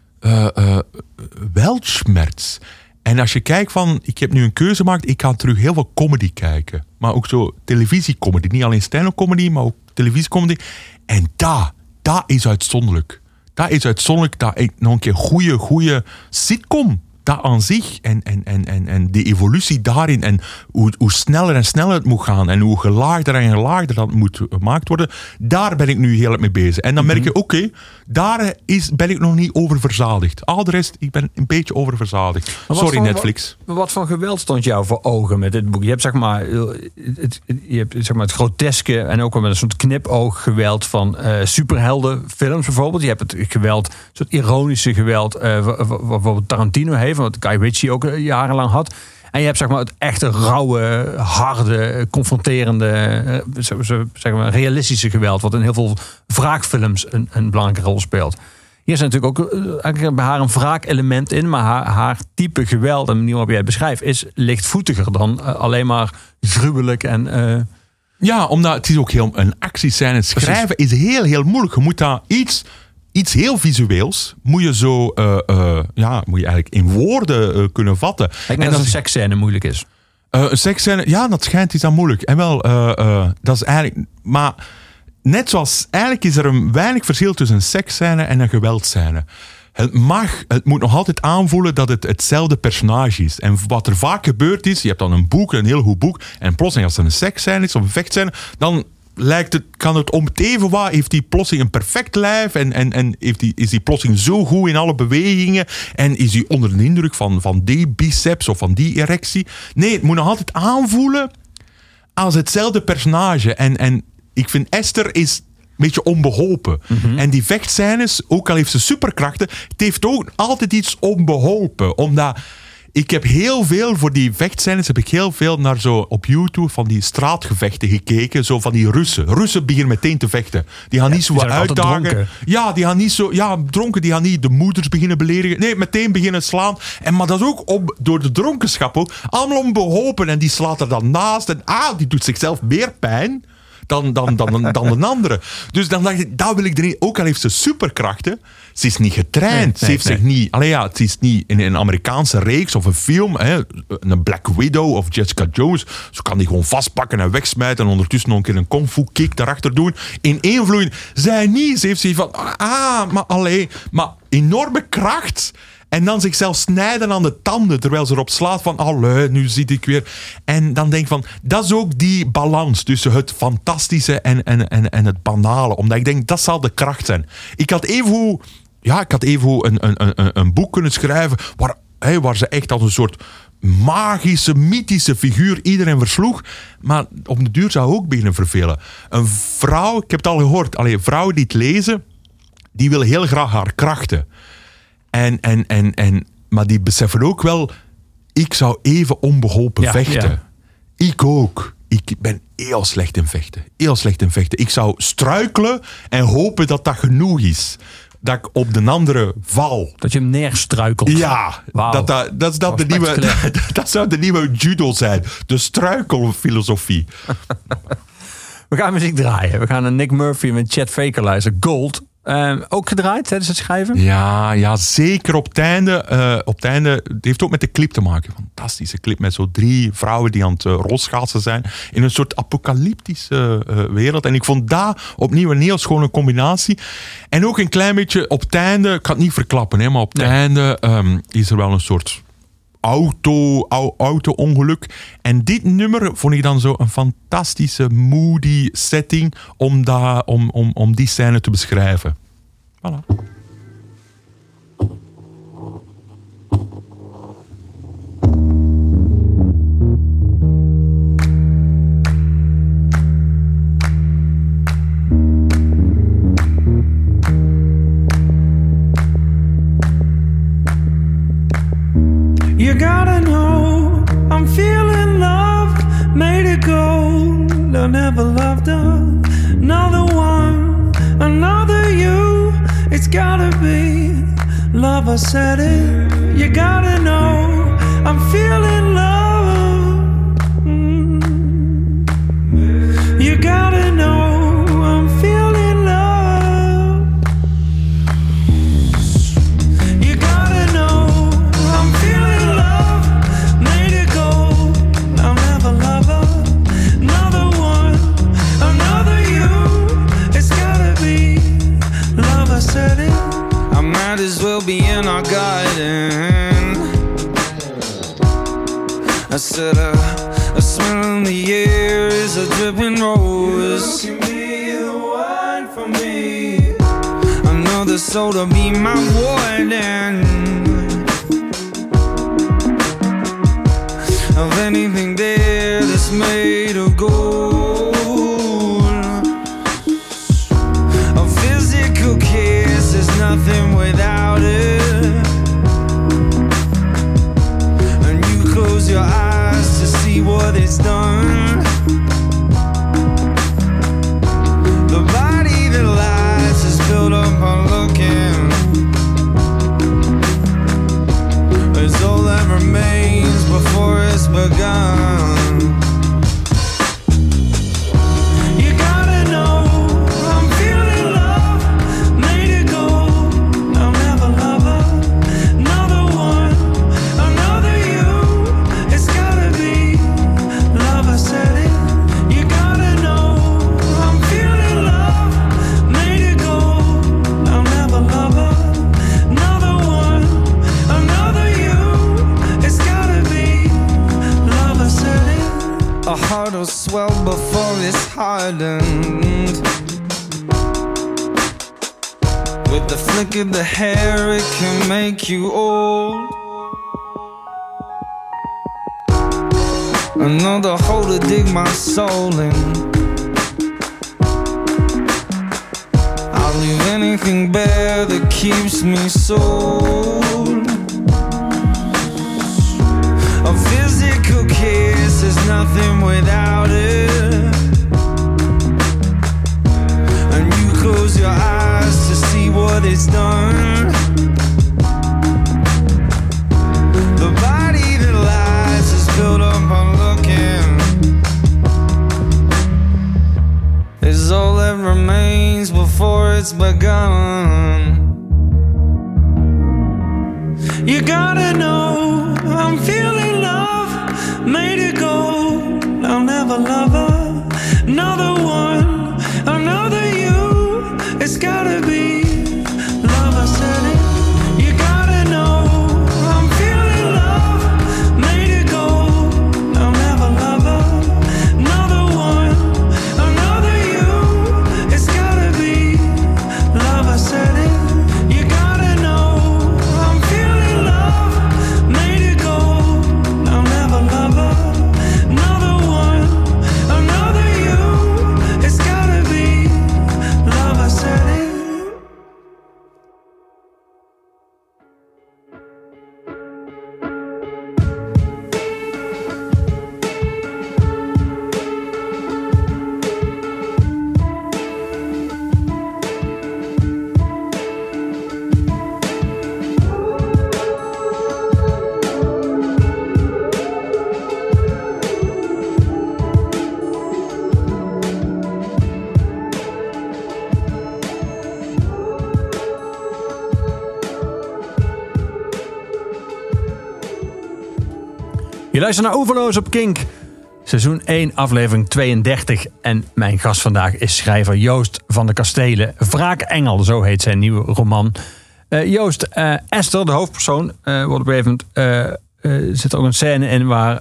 Speaker 3: weltschmerz. En als je kijkt van, ik heb nu een keuze gemaakt, ik ga terug heel veel comedy kijken. Maar ook zo televisiecomedy. Niet alleen stand-up comedy, maar ook televisiecomedy. En dat is uitzonderlijk. Dat is uitzonderlijk dat ik nog een keer goede sitcom, dat aan zich en de evolutie daarin en hoe sneller en sneller het moet gaan en hoe gelaagder en gelaagder dat moet gemaakt worden, daar ben ik nu heel erg mee bezig. En dan merk je, oké, daar ben ik nog niet over verzadigd. Al de rest, ik ben een beetje over verzadigd. Sorry Netflix.
Speaker 2: Wat voor geweld stond jou voor ogen met dit boek? Je hebt het groteske en ook wel met een soort knipooggeweld van superheldenfilms bijvoorbeeld. Je hebt het geweld, een soort ironische geweld, wat bijvoorbeeld Tarantino heeft, wat Guy Ritchie ook jarenlang had. En je hebt het echte rauwe, harde, confronterende, realistische geweld, wat in heel veel wraakfilms een belangrijke rol speelt. Hier zit natuurlijk ook eigenlijk bij haar een wraakelement in, maar haar type geweld en de manier waarop jij het beschrijft is lichtvoetiger dan alleen maar gruwelijk en...
Speaker 3: Ja, omdat het is ook heel een actiescène. Het schrijven is heel, heel moeilijk. Je moet daar iets heel visueels moet je zo, moet je eigenlijk in woorden kunnen vatten.
Speaker 2: En dat een seksscène moeilijk is.
Speaker 3: Een seksscène, ja, dat schijnt is dan moeilijk. En wel, dat is eigenlijk, maar net zoals, eigenlijk is er een weinig verschil tussen een seksscène en een geweldscène. Het moet nog altijd aanvoelen dat het hetzelfde personage is. En wat er vaak gebeurt is, je hebt dan een boek, een heel goed boek, en plotseling als er een seksscène is of een vechtscène, dan kan het om het even wat, heeft die plotseling een perfect lijf en is die plotseling zo goed in alle bewegingen en is hij onder de indruk van die biceps of van die erectie. Nee, het moet nog altijd aanvoelen als hetzelfde personage. En ik vind Esther is een beetje onbeholpen. Mm-hmm. En die vechtscènes, ook al heeft ze superkrachten, het heeft ook altijd iets onbeholpen. Omdat ik heb heel veel voor die vechtscènes, heb ik heel veel naar zo op YouTube van die straatgevechten gekeken. Zo van die Russen. Russen beginnen meteen te vechten. Die gaan niet zo wat uitdagen.
Speaker 2: Dronken.
Speaker 3: Ja, die gaan niet zo... Ja, dronken, die gaan niet de moeders beginnen beledigen. Nee, meteen beginnen slaan. Maar dat is ook door de dronkenschap ook. Allemaal onbeholpen. En die slaat er dan naast. En die doet zichzelf meer pijn dan de andere. Dus dan dacht ik, dat wil ik erin. Ook al heeft ze superkrachten. Ze is niet getraind. Ze heeft zich niet... het is niet in een Amerikaanse reeks of een film. Een Black Widow of Jessica Jones. Zo kan die gewoon vastpakken en wegsmijten. En ondertussen nog een keer een kung fu kick daarachter doen. In één vloeien. Zij niet. Ze heeft zoiets van... Maar enorme kracht. En dan zichzelf snijden aan de tanden. Terwijl ze erop slaat van... nu zit ik weer... En dan denk ik van... Dat is ook die balans tussen het fantastische en het banale. Omdat ik denk, dat zal de kracht zijn. Ik had evengoed een boek kunnen schrijven... Waar ze echt als een soort magische, mythische figuur iedereen versloeg. Maar op de duur zou ook beginnen vervelen. Een vrouw, ik heb het al gehoord... vrouwen die het lezen... die willen heel graag haar krachten... Maar die beseffen ook wel... Ik zou even onbeholpen vechten. Ja. Ik ook. Ik ben heel slecht in vechten. Ik zou struikelen en hopen dat dat genoeg is. Dat ik op de andere val.
Speaker 2: Dat je hem neerstruikelt.
Speaker 3: Ja. Wow. Dat zou de nieuwe judo zijn. De struikelfilosofie.
Speaker 2: We gaan muziek draaien. We gaan naar Nick Murphy met Chet Faker luisteren. Gold. Ook gedraaid tijdens het schrijven?
Speaker 3: Ja, zeker op het einde. Het heeft ook met de clip te maken. Fantastische clip met zo 3 vrouwen die aan het rolschaatsen zijn. In een soort apocalyptische wereld. En ik vond daar opnieuw een heel schone combinatie. En ook een klein beetje op het einde, ik kan het niet verklappen, maar op het einde is er wel een soort auto-ongeluk. En dit nummer vond ik dan zo een fantastische moody setting om die scène te beschrijven. Voilà.
Speaker 4: You gotta know, I'm feeling loved, made it gold. I never loved another one, another you. It's gotta be love, I said it. You gotta know, I'm feeling love. You gotta know, I'm feeling love. You gotta know, I'm feeling love, made it gold. I'll never love another one, another you. It's gotta be love, I said it. I might as well be in our garden. I said a smell in the air is a dripping rose. You can be the one for me. Another soul to be my warden. Of anything there that's made of gold. A physical kiss is nothing without it. And you close your eyes to see what it's done. The body that lies is built up on looking. It's all that remains before it's begun. You gotta know, I'm feeling love, made it gold. I'll never love another one, another you. It's gotta be love, I said it. You gotta know, I'm feeling love, made it gold. I'll never love another one, another you. It's gotta be love, I said it. A heart will swell before it's hardened. With the flick of the hair, it can make you old. Another hole to dig my soul in. I'll leave anything bare that keeps me sold.
Speaker 6: A physical kiss is nothing without it. And you close your eyes to see what it's done. The body that lies is built up on looking. Is all that remains before it's begun. You gotta know I'm feeling love, made it go. I'll never love her. Another one, another you. It's gotta be love, I said it. You gotta know I'm feeling love, made it go. I'll never love her. Another one, another you. It's gotta be love, I said it. You gotta know I'm feeling love, made it go. I'll never love her. Another one, another you. It's gotta be love, I said it.
Speaker 2: Je luistert naar Oeverloos op Kink. Seizoen 1, aflevering 32. En mijn gast vandaag is schrijver Joost van de Kastelen. Wraakengel, zo heet zijn nieuwe roman. Joost, Esther, de hoofdpersoon, wordt op een gegeven moment... zit er ook een scène in waar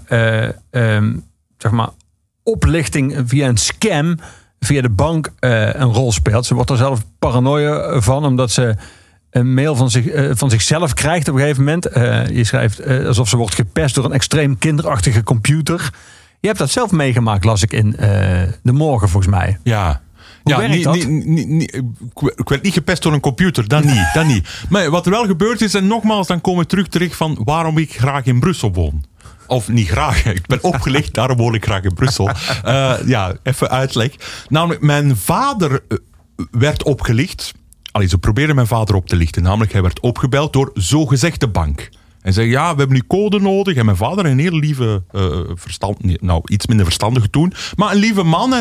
Speaker 2: zeg maar oplichting via een scam... via de bank een rol speelt. Ze wordt er zelf paranoia van, omdat ze... een mail van zichzelf krijgt op een gegeven moment. Je schrijft alsof ze wordt gepest door een extreem kinderachtige computer. Je hebt dat zelf meegemaakt, las ik in De Morgen volgens mij.
Speaker 3: Ja.
Speaker 2: Hoe werkt dat?
Speaker 3: Ik werd niet gepest door een computer, dat niet. Maar wat er wel gebeurd is, en nogmaals, dan komen we terug van waarom ik graag in Brussel woon. Of niet graag, ik ben opgelicht, daarom woon ik graag in Brussel. Even uitleg. Namelijk, mijn vader werd opgelicht. Ze probeerden mijn vader op te lichten. Namelijk, hij werd opgebeld door zogezegde bank. En zei, ja, we hebben nu code nodig. En mijn vader, een heel lieve, iets minder verstandige toen. Maar een lieve man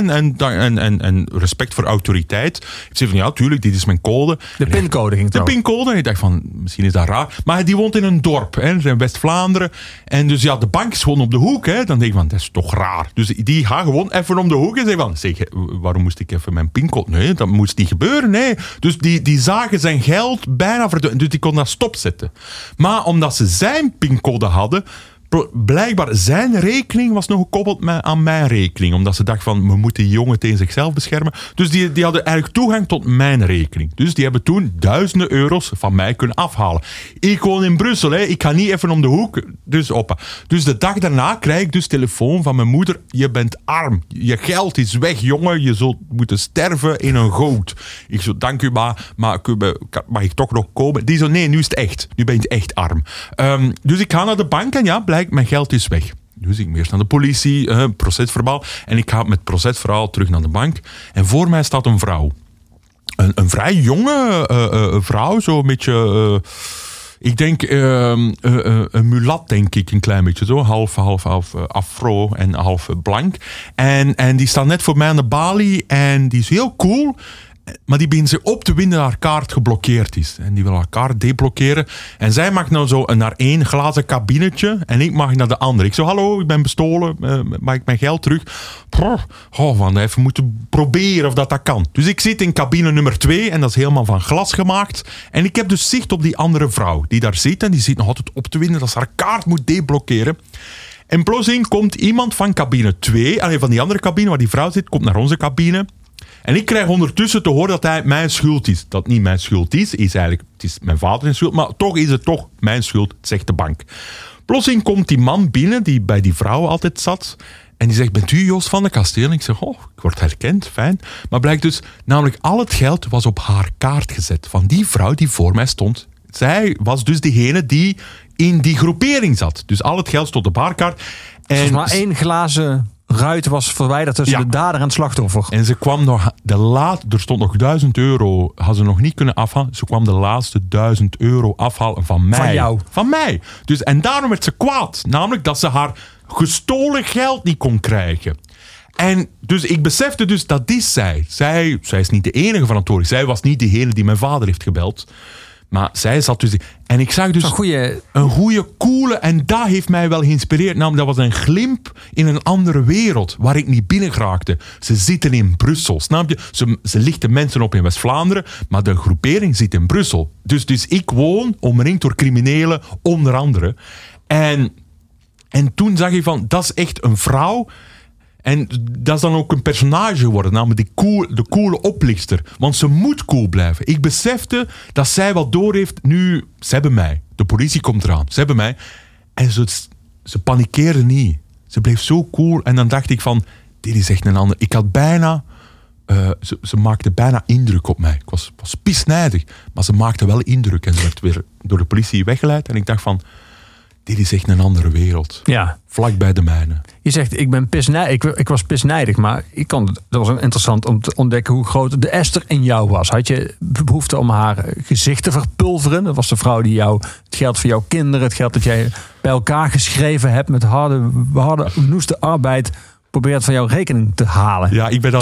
Speaker 3: en respect voor autoriteit. Ik zei van, ja, tuurlijk, dit is mijn code.
Speaker 2: De pincode ging het
Speaker 3: De pincode. En ik dacht van, misschien is dat raar. Maar die woont in een dorp, in West-Vlaanderen. En dus ja, de bank is gewoon op de hoek. Hè. Dan denk ik van, dat is toch raar. Dus die gaan gewoon even om de hoek en zeggen van, zeg, waarom moest ik even mijn pincode? Nee, dat moest niet gebeuren, nee. Dus die zagen zijn geld bijna verdwijnen. Dus die kon dat stopzetten. Maar omdat ze zijn pincode hadden, blijkbaar zijn rekening was nog gekoppeld aan mijn rekening. Omdat ze dachten van, we moeten die jongen tegen zichzelf beschermen. Dus die hadden eigenlijk toegang tot mijn rekening. Dus die hebben toen duizenden euro's van mij kunnen afhalen. Ik woon in Brussel, hè. Ik ga niet even om de hoek. Dus de dag daarna krijg ik dus telefoon van mijn moeder. Je bent arm. Je geld is weg, jongen. Je zult moeten sterven in een goot. Ik zo, dank u maar mag ik toch nog komen? Die zo, nee, nu is het echt. Nu ben je echt arm. Dus ik ga naar de bank en ja, blijkt, mijn geld is weg. Dus ik eerst naar de politie, procesverbaal. En ik ga met het procesverhaal terug naar de bank. En voor mij staat een vrouw. Een vrij jonge vrouw, zo'n beetje... ik denk een mulat, denk ik, een klein beetje zo. Half afro en half blank. En die staat net voor mij aan de balie. En die is heel cool. Maar die begint zich op te winden dat haar kaart geblokkeerd is. En die wil haar kaart deblokkeren. En zij mag nou zo naar één glazen kabinetje. En ik mag naar de andere. Ik zo, hallo, ik ben bestolen. Mag ik mijn geld terug? Van even moeten proberen of dat kan. Dus ik zit in cabine nummer 2. En dat is helemaal van glas gemaakt. En ik heb dus zicht op die andere vrouw. Die daar zit. En die zit nog altijd op te winden dat ze haar kaart moet deblokkeren. En plotseling komt iemand van cabine 2. Van die andere cabine waar die vrouw zit. Komt naar onze cabine. En ik krijg ondertussen te horen dat hij mijn schuld is. Dat niet mijn schuld is eigenlijk, het is mijn vader zijn schuld, maar toch is het toch mijn schuld, zegt de bank. Plotseling komt die man binnen, die bij die vrouw altijd zat. En die zegt, bent u Joost van de Kastelen? En ik zeg, ik word herkend, fijn. Maar blijkt dus, namelijk al het geld was op haar kaart gezet. Van die vrouw die voor mij stond. Zij was dus diegene die in die groepering zat. Dus al het geld stond op haar kaart.
Speaker 2: Dus maar 1 glazen ruit was verwijderd tussen de dader en het slachtoffer.
Speaker 3: En ze kwam nog, er stond nog €1000, had ze nog niet kunnen afhalen. Ze kwam de laatste €1000 afhalen van mij.
Speaker 2: Van jou?
Speaker 3: Van mij. Dus, en daarom werd ze kwaad. Namelijk dat ze haar gestolen geld niet kon krijgen. En dus ik besefte dus dat is zij. Zij is niet de enige verantwoordelijk. Zij was niet degene die mijn vader heeft gebeld. Maar zij zat dus... En ik zag dus een goede, coole... En dat heeft mij wel geïnspireerd. Namelijk, dat was een glimp in een andere wereld. Waar ik niet binnen geraakte. Ze zitten in Brussel. Snap je? Ze lichten mensen op in West-Vlaanderen. Maar de groepering zit in Brussel. Dus ik woon omringd door criminelen. Onder andere. En toen zag ik van... Dat is echt een vrouw... En dat is dan ook een personage geworden, namelijk de coole oplichter. Want ze moet cool blijven. Ik besefte dat zij wat door heeft. Nu, ze hebben mij. De politie komt eraan. Ze hebben mij. En ze panikeerde niet. Ze bleef zo cool. En dan dacht ik van, dit is echt een ander. Ik had bijna... Ze maakte bijna indruk op mij. Ik was pisnijdig. Maar ze maakte wel indruk. En ze werd weer door de politie weggeleid. En ik dacht van... Dit is echt een andere wereld.
Speaker 2: Ja.
Speaker 3: Vlak bij de mijne.
Speaker 2: Je zegt, ik was pisnijdig, maar dat was interessant om te ontdekken hoe groot de Esther in jou was. Had je behoefte om haar gezicht te verpulveren? Dat was de vrouw die jou het geld voor jouw kinderen, het geld dat jij bij elkaar geschreven hebt met harde noeste arbeid, probeert van jouw rekening te halen.
Speaker 3: Ja, ik ben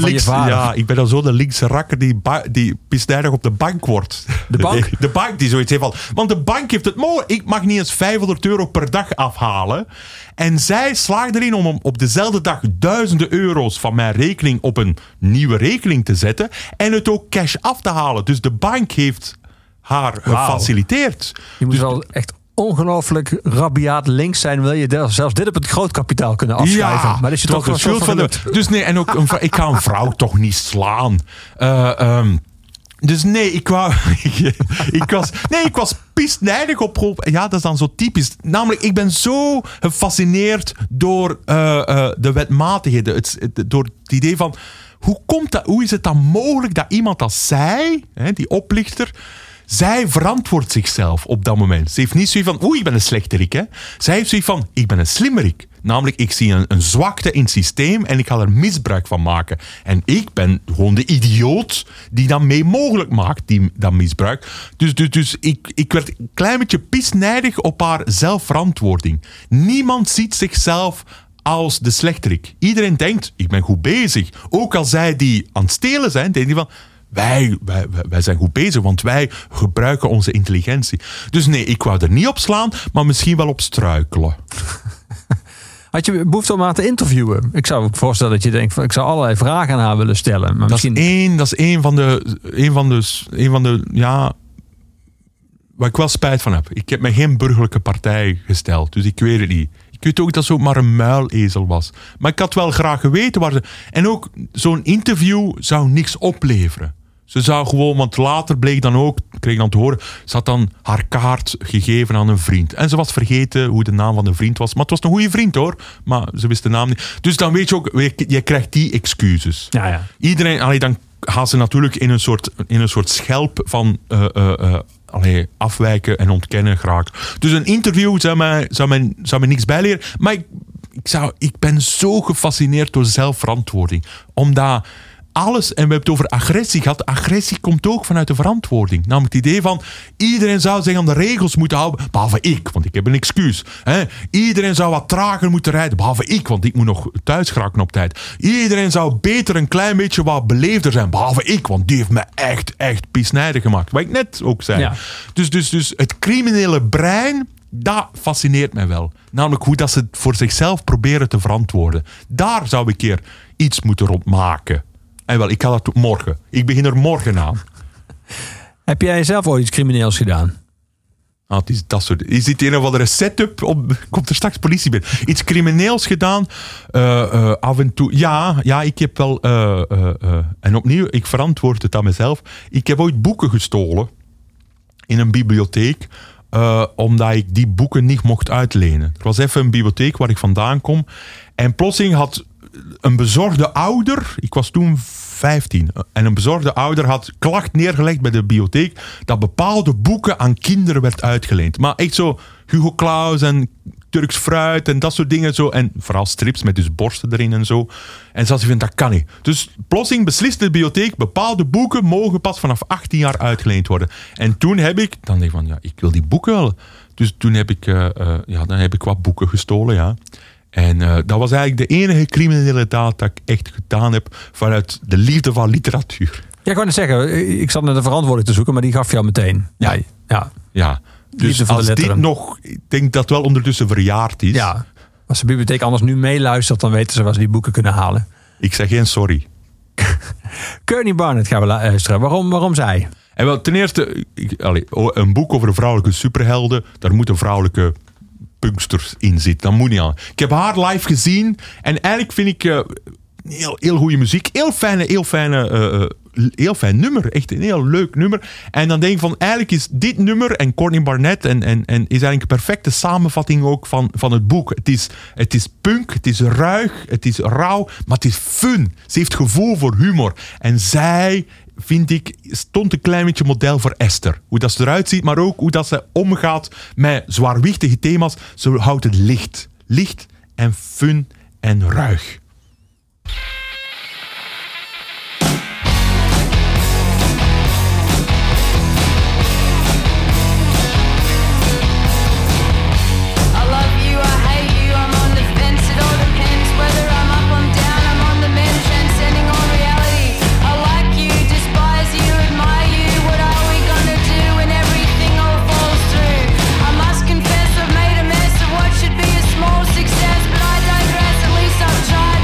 Speaker 3: dan zo de linkse rakker die pisnijdig op de bank wordt.
Speaker 2: De bank?
Speaker 3: De bank die zoiets heeft van... Want de bank heeft het mogelijk. Ik mag niet eens €500 per dag afhalen. En zij slaagt erin om op dezelfde dag duizenden euro's van mijn rekening op een nieuwe rekening te zetten. En het ook cash af te halen. Dus de bank heeft haar gefaciliteerd.
Speaker 2: Je moet wel echt ongelooflijk rabiaat links zijn, wil je zelfs dit op het grootkapitaal kunnen afschrijven.
Speaker 3: Ja,
Speaker 2: maar is je toch wel schuld van
Speaker 3: Dus nee, en ook ik ga een vrouw toch niet slaan. Dus nee, ik was pisnijdig op. Ja, dat is dan zo typisch. Namelijk, ik ben zo gefascineerd door de wetmatigheden. Door het idee van, hoe is het dan mogelijk dat iemand als zij, die oplichter, zij verantwoordt zichzelf op dat moment. Ze heeft niet zoiets van, ik ben een slechterik. Hè. Zij heeft zoiets van, ik ben een slimmerik. Namelijk, ik zie een zwakte in het systeem en ik ga er misbruik van maken. En ik ben gewoon de idioot die dat mee mogelijk maakt, dat misbruik. Dus ik werd een klein beetje pisnijdig op haar zelfverantwoording. Niemand ziet zichzelf als de slechterik. Iedereen denkt, ik ben goed bezig. Ook als zij die aan het stelen zijn, denken die van... Wij zijn goed bezig, want wij gebruiken onze intelligentie. Dus nee, ik wou er niet op slaan, maar misschien wel op struikelen.
Speaker 2: Had je behoefte om haar te interviewen? Ik zou me voorstellen dat je denkt, ik zou allerlei vragen aan haar willen stellen. Maar
Speaker 3: dat is één van de waar ik wel spijt van heb. Ik heb me geen burgerlijke partij gesteld, dus ik weet het niet. Ik weet ook dat ze ook maar een muilezel was. Maar ik had wel graag geweten waar ze... En ook zo'n interview zou niks opleveren. Ze zou gewoon, want later bleek dan ook, kreeg dan te horen, ze had dan haar kaart gegeven aan een vriend. En ze was vergeten hoe de naam van de vriend was. Maar het was een goede vriend hoor. Maar ze wist de naam niet. Dus dan weet je ook, je krijgt die excuses.
Speaker 2: Ja.
Speaker 3: Iedereen, dan gaat ze natuurlijk in een soort schelp van... afwijken en ontkennen graag. Dus een interview zou mij niks bijleren. Maar ik ben zo gefascineerd door zelfverantwoording. Omdat alles, en we hebben het over agressie gehad, agressie komt ook vanuit de verantwoording. Namelijk het idee van, iedereen zou zich aan de regels moeten houden, behalve ik, want ik heb een excuus. Iedereen zou wat trager moeten rijden, behalve ik, want ik moet nog thuis geraken op tijd. Iedereen zou beter een klein beetje wat beleefder zijn, behalve ik, want die heeft me echt pisnijdig gemaakt. Wat ik net ook zei. Ja. Dus het criminele brein, dat fascineert mij wel. Namelijk hoe dat ze het voor zichzelf proberen te verantwoorden. Daar zou ik een keer iets moeten rondmaken. En wel, ik ga dat morgen. Ik begin er morgen aan.
Speaker 2: Heb jij zelf ooit iets crimineels gedaan?
Speaker 3: Het is dat soort... Is dit een of andere setup? Komt er straks politie binnen? Iets crimineels gedaan? Af en toe... Ja, ik heb wel... en opnieuw, ik verantwoord het aan mezelf. Ik heb ooit boeken gestolen. In een bibliotheek. Omdat ik die boeken niet mocht uitlenen. Er was even een bibliotheek waar ik vandaan kom. En plotseling had... een bezorgde ouder, ik was toen 15. En een bezorgde ouder had klacht neergelegd bij de bibliotheek dat bepaalde boeken aan kinderen werd uitgeleend. Maar echt zo Hugo Claus en Turks fruit en dat soort dingen. Zo. En vooral strips met dus borsten erin en zo. En zoals je vindt, dat kan niet. Dus plotseling beslist de bibliotheek, bepaalde boeken mogen pas vanaf 18 jaar uitgeleend worden. En toen heb ik, dan denk ik van, ja, ik wil die boeken wel. Dus toen heb ik, dan heb ik wat boeken gestolen, ja. En dat was eigenlijk de enige criminele daad dat ik echt gedaan heb vanuit de liefde van literatuur.
Speaker 2: Ja, ik wou net zeggen, ik zat naar de verantwoording te zoeken, maar die gaf je al meteen.
Speaker 3: Ja. Dus als dit nog, ik denk dat het wel ondertussen verjaard is.
Speaker 2: Ja, als de bibliotheek anders nu meeluistert, dan weten ze waar ze die boeken kunnen halen.
Speaker 3: Ik zeg geen sorry.
Speaker 2: Kearney Barnett gaan we luisteren. Waarom zij?
Speaker 3: En wel, ten eerste, een boek over de vrouwelijke superhelden, daar moeten vrouwelijke punksters in zitten. Dat moet niet aan. Ik heb haar live gezien en eigenlijk vind ik heel goede muziek. Heel fijn nummer. Echt een heel leuk nummer. En dan denk ik van, eigenlijk is dit nummer en Kearney Barnett en is eigenlijk een perfecte samenvatting ook van het boek. Het is punk, het is ruig, het is rauw, maar het is fun. Ze heeft gevoel voor humor. En zij, vind ik, stond een klein beetje model voor Esther. Hoe dat ze eruit ziet, maar ook hoe dat ze omgaat met zwaarwichtige thema's. Ze houdt het licht. Licht en fun en ruig.
Speaker 7: Success, but I digress. At least I've tried.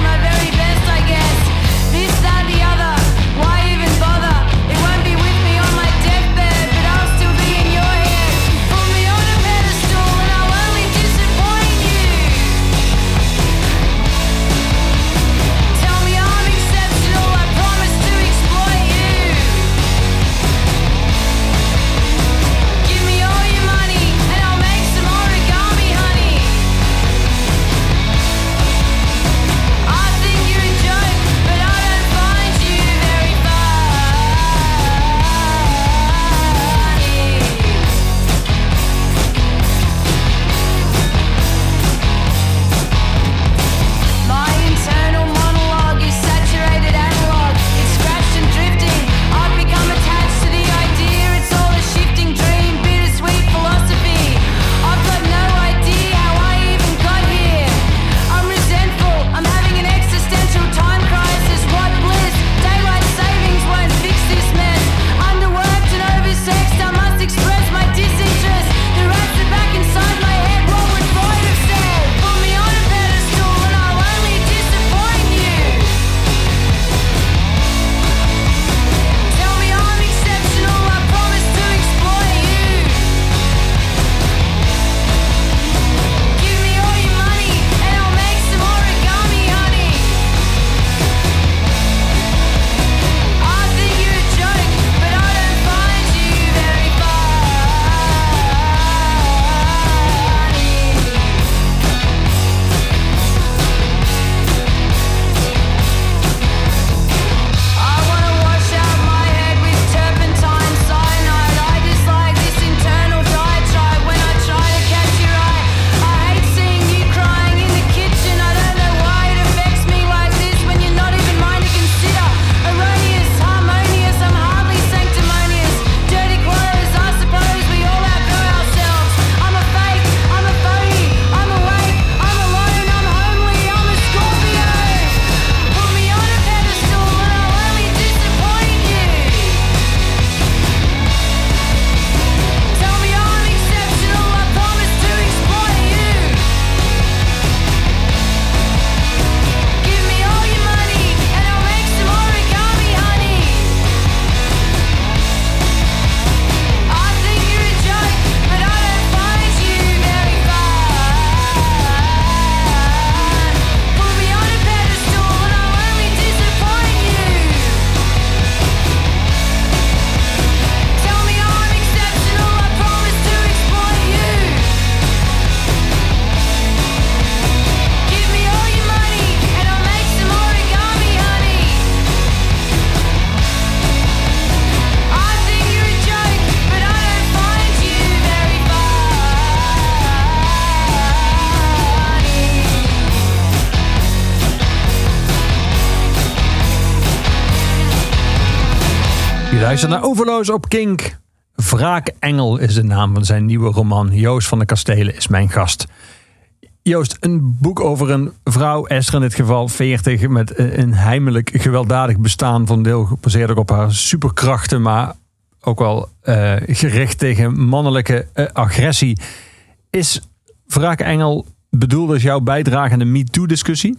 Speaker 2: Je luistert naar Overloos op Kink. Wraakengel is de naam van zijn nieuwe roman. Joost van de Kastelen is mijn gast. Joost, een boek over een vrouw, Esther in dit geval, 40... met een heimelijk gewelddadig bestaan, van deel gebaseerd ook op haar superkrachten, maar ook wel gericht tegen mannelijke agressie. Is Wraakengel bedoeld als jouw bijdrage aan de MeToo-discussie?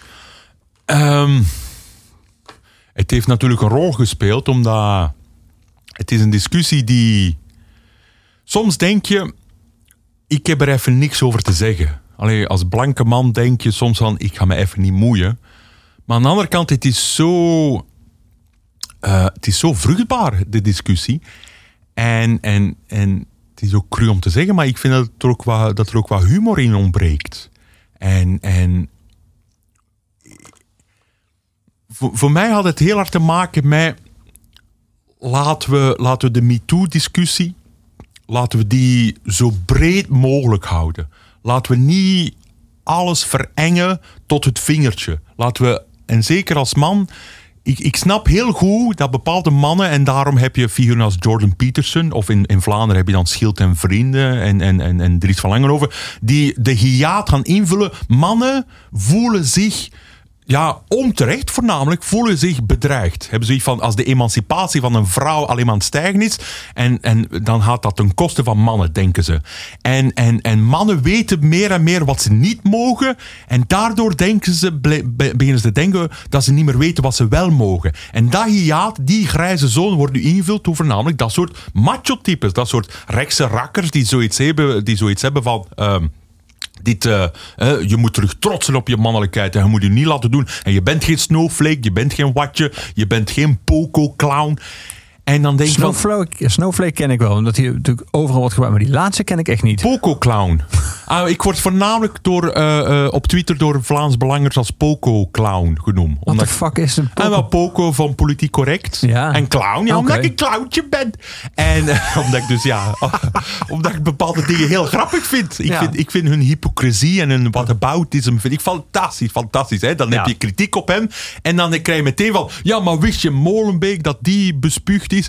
Speaker 3: Het heeft natuurlijk een rol gespeeld, omdat het is een discussie die... Soms denk je, ik heb er even niks over te zeggen. Allee, als blanke man denk je soms van, ik ga me even niet moeien. Maar aan de andere kant, het is zo vruchtbaar, de discussie. En het is ook cru om te zeggen, maar ik vind dat er ook wat humor in ontbreekt. En voor mij had het heel hard te maken met... Laten we de MeToo-discussie... Laten we die zo breed mogelijk houden. Laten we niet alles verengen tot het vingertje. Laten we, en zeker als man... Ik snap heel goed dat bepaalde mannen... en daarom heb je figuren als Jordan Peterson... of in Vlaanderen heb je dan Schild en Vrienden... en Dries van Langenhoven... die de hiaat gaan invullen. Mannen voelen zich... Ja, onterecht voornamelijk voelen zich bedreigd. Hebben zoiets van, als de emancipatie van een vrouw alleen maar aan het stijgen is... en dan gaat dat ten koste van mannen, denken ze. En mannen weten meer en meer wat ze niet mogen... en daardoor beginnen ze te denken dat ze niet meer weten wat ze wel mogen. En dat hiaat, die grijze zone wordt nu ingevuld door voornamelijk dat soort macho-types. Dat soort rechtse rakkers die zoiets hebben van... je moet terug trotsen op je mannelijkheid en je moet je niet laten doen. En je bent geen snowflake, je bent geen watje, je bent geen poco-clown. En dan denk je
Speaker 2: Snowflake ken ik wel, omdat hij natuurlijk overal wordt gebruikt. Maar die laatste ken ik echt niet.
Speaker 3: Poco-clown. Ik word voornamelijk op Twitter door Vlaams Belangers als Poco-clown genoemd.
Speaker 2: What the fuck is een Poco?
Speaker 3: En wel Poco van Politiek Correct.
Speaker 2: Ja.
Speaker 3: En clown, ja, omdat ik een clowntje ben. En omdat ik dus omdat ik bepaalde dingen heel grappig vind. Ik vind hun hypocrisie en hun whataboutism vind ik fantastisch. Hè? Dan heb je kritiek op hem. En dan krijg je meteen van, ja, maar wist je Molenbeek dat die bespuugd is?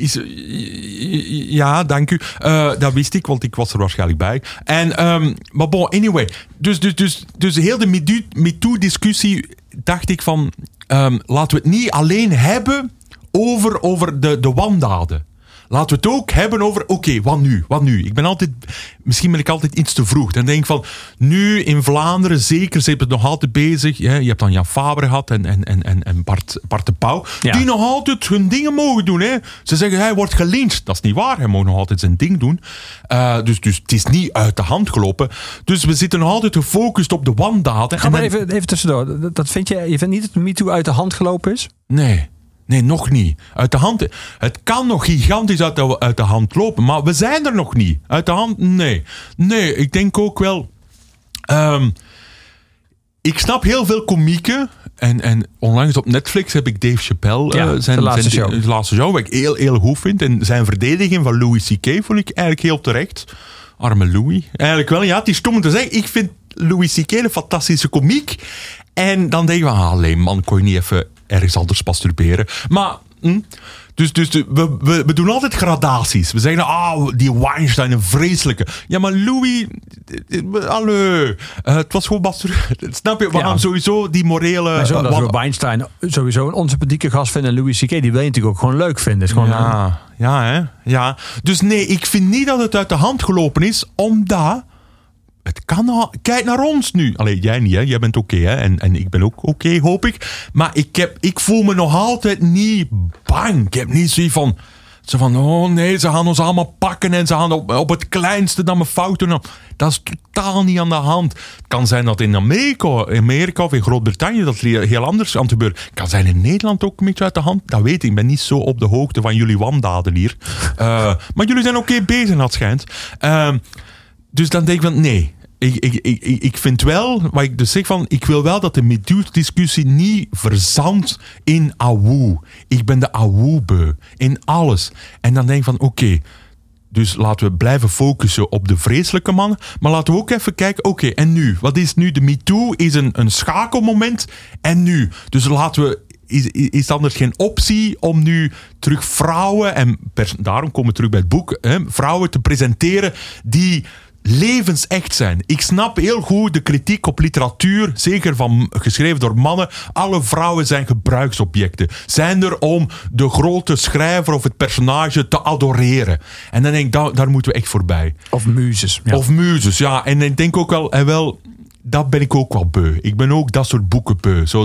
Speaker 3: Ja, dank u. Dat wist ik, want ik was er waarschijnlijk bij. Maar bon, anyway. Dus heel de MeToo-discussie dacht ik van... laten we het niet alleen hebben over de wandaden. Laten we het ook hebben over, oké, wat nu? Misschien ben ik altijd iets te vroeg. Dan denk ik van, nu in Vlaanderen, zeker, ze hebben het nog altijd bezig. Je hebt dan Jan Faber gehad en Bart de Pauw. Ja. Die nog altijd hun dingen mogen doen. Hè. Ze zeggen, hij wordt gelyncht. Dat is niet waar, hij mag nog altijd zijn ding doen. Dus het is niet uit de hand gelopen. Dus we zitten nog altijd gefocust op de wandaden.
Speaker 2: Maar even tussendoor. Je vindt niet dat MeToo uit de hand gelopen is?
Speaker 3: Nee, nog niet. Uit de hand. Het kan nog gigantisch uit de hand lopen, maar we zijn er nog niet. Uit de hand? Nee, ik denk ook wel... ik snap heel veel komieken. En onlangs op Netflix heb ik Dave Chappelle... zijn laatste show, wat ik heel, heel goed vind. En zijn verdediging van Louis C.K. vond ik eigenlijk heel terecht. Arme Louis. Eigenlijk wel, ja. Het is stom om te zeggen. Ik vind Louis C.K. een fantastische komiek. En dan denk je van... alleen man, kon je niet even... ergens anders masturberen. Maar, dus we doen altijd gradaties. We zeggen, die Weinstein, een vreselijke. Ja, maar Louis, het was gewoon masturberen. Snap je? We gaan sowieso die morele...
Speaker 2: Maar zo dat we Weinstein sowieso een onsympathieke gast vinden. En Louis C.K., die wil je natuurlijk ook gewoon leuk vinden. Is gewoon
Speaker 3: ja. Dus nee, ik vind niet dat het uit de hand gelopen is, omdat... Het kan. Kijk naar ons nu. Allee, jij niet, hè? Jij bent oké, hè? En ik ben ook oké, hoop ik. Maar ik voel me nog altijd niet bang. Ik heb niet zoiets van... oh nee, ze gaan ons allemaal pakken en ze gaan op het kleinste dan mijn fouten doen. Dat is totaal niet aan de hand. Het kan zijn dat in Amerika of in Groot-Brittannië dat er heel anders aan het gebeuren. Het kan zijn in Nederland ook een beetje uit de hand. Dat weet ik. Ik ben niet zo op de hoogte van jullie wandaden hier. Maar jullie zijn oké bezig, dat schijnt. Dus dan denk ik van, nee... Ik vind wel, wat ik dus zeg van, ik wil wel dat de MeToo-discussie niet verzandt in awoe. Ik ben de awoe-beu. In alles. En dan denk ik van, oké, dus laten we blijven focussen op de vreselijke mannen. Maar laten we ook even kijken, oké, en nu? Wat is nu? De MeToo is een schakelmoment. En nu? Dus laten we is anders geen optie om nu terug vrouwen, en daarom komen we terug bij het boek, vrouwen te presenteren die levensecht zijn. Ik snap heel goed de kritiek op literatuur, zeker geschreven door mannen. Alle vrouwen zijn gebruiksobjecten. Zijn er om de grote schrijver of het personage te adoreren. En dan denk ik, daar moeten we echt voorbij.
Speaker 2: Of muzes. Ja.
Speaker 3: Of muzes, ja. En ik denk ook wel, dat ben ik ook wel beu. Ik ben ook dat soort boeken beu. Zo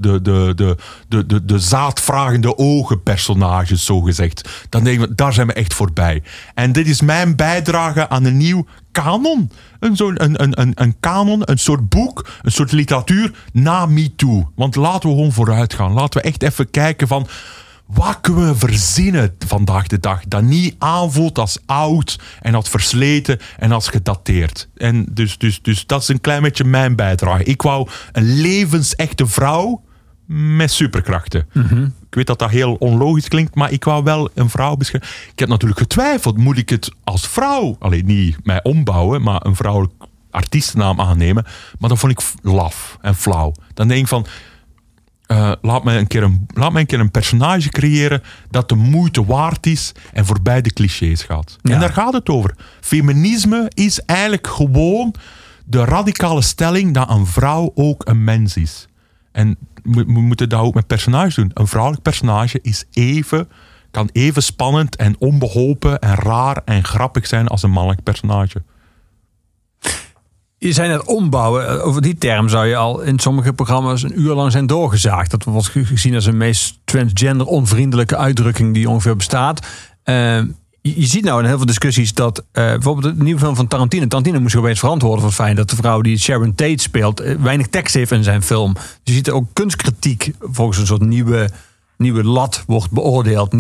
Speaker 3: de zaadvragende ogen personages, zo gezegd. Dan denk ik, daar zijn we echt voorbij. En dit is mijn bijdrage aan een nieuw kanon. Een kanon, een soort boek, een soort literatuur na MeToo. Want laten we gewoon vooruit gaan. Laten we echt even kijken van, wat kunnen we verzinnen vandaag de dag dat niet aanvoelt als oud en als versleten en als gedateerd. En dus dat is een klein beetje mijn bijdrage. Ik wou een levensechte vrouw met superkrachten. Mm-hmm. Ik weet dat dat heel onlogisch klinkt, maar ik wou wel een vrouw beschrijven. Ik heb natuurlijk getwijfeld, moet ik het als vrouw, alleen niet mij ombouwen, maar een vrouwelijk artiestennaam aannemen. Maar dat vond ik laf en flauw. Dan denk ik van, laat mij een keer een personage creëren dat de moeite waard is en voorbij de clichés gaat. Ja. En daar gaat het over. Feminisme is eigenlijk gewoon de radicale stelling dat een vrouw ook een mens is. En we moeten dat ook met personages doen. Een vrouwelijk personage kan even spannend en onbeholpen en raar en grappig zijn als een mannelijk personage.
Speaker 2: Je zei net ombouwen. Over die term zou je al in sommige programma's een uur lang zijn doorgezaagd. Dat wordt gezien als een meest transgender onvriendelijke uitdrukking die ongeveer bestaat. Je ziet nou in heel veel discussies dat bijvoorbeeld de nieuwe film van Tarantino moest opeens verantwoorden voor het feit dat de vrouw die Sharon Tate speelt weinig tekst heeft in zijn film. Dus je ziet er ook kunstkritiek volgens een soort nieuwe lat wordt beoordeeld.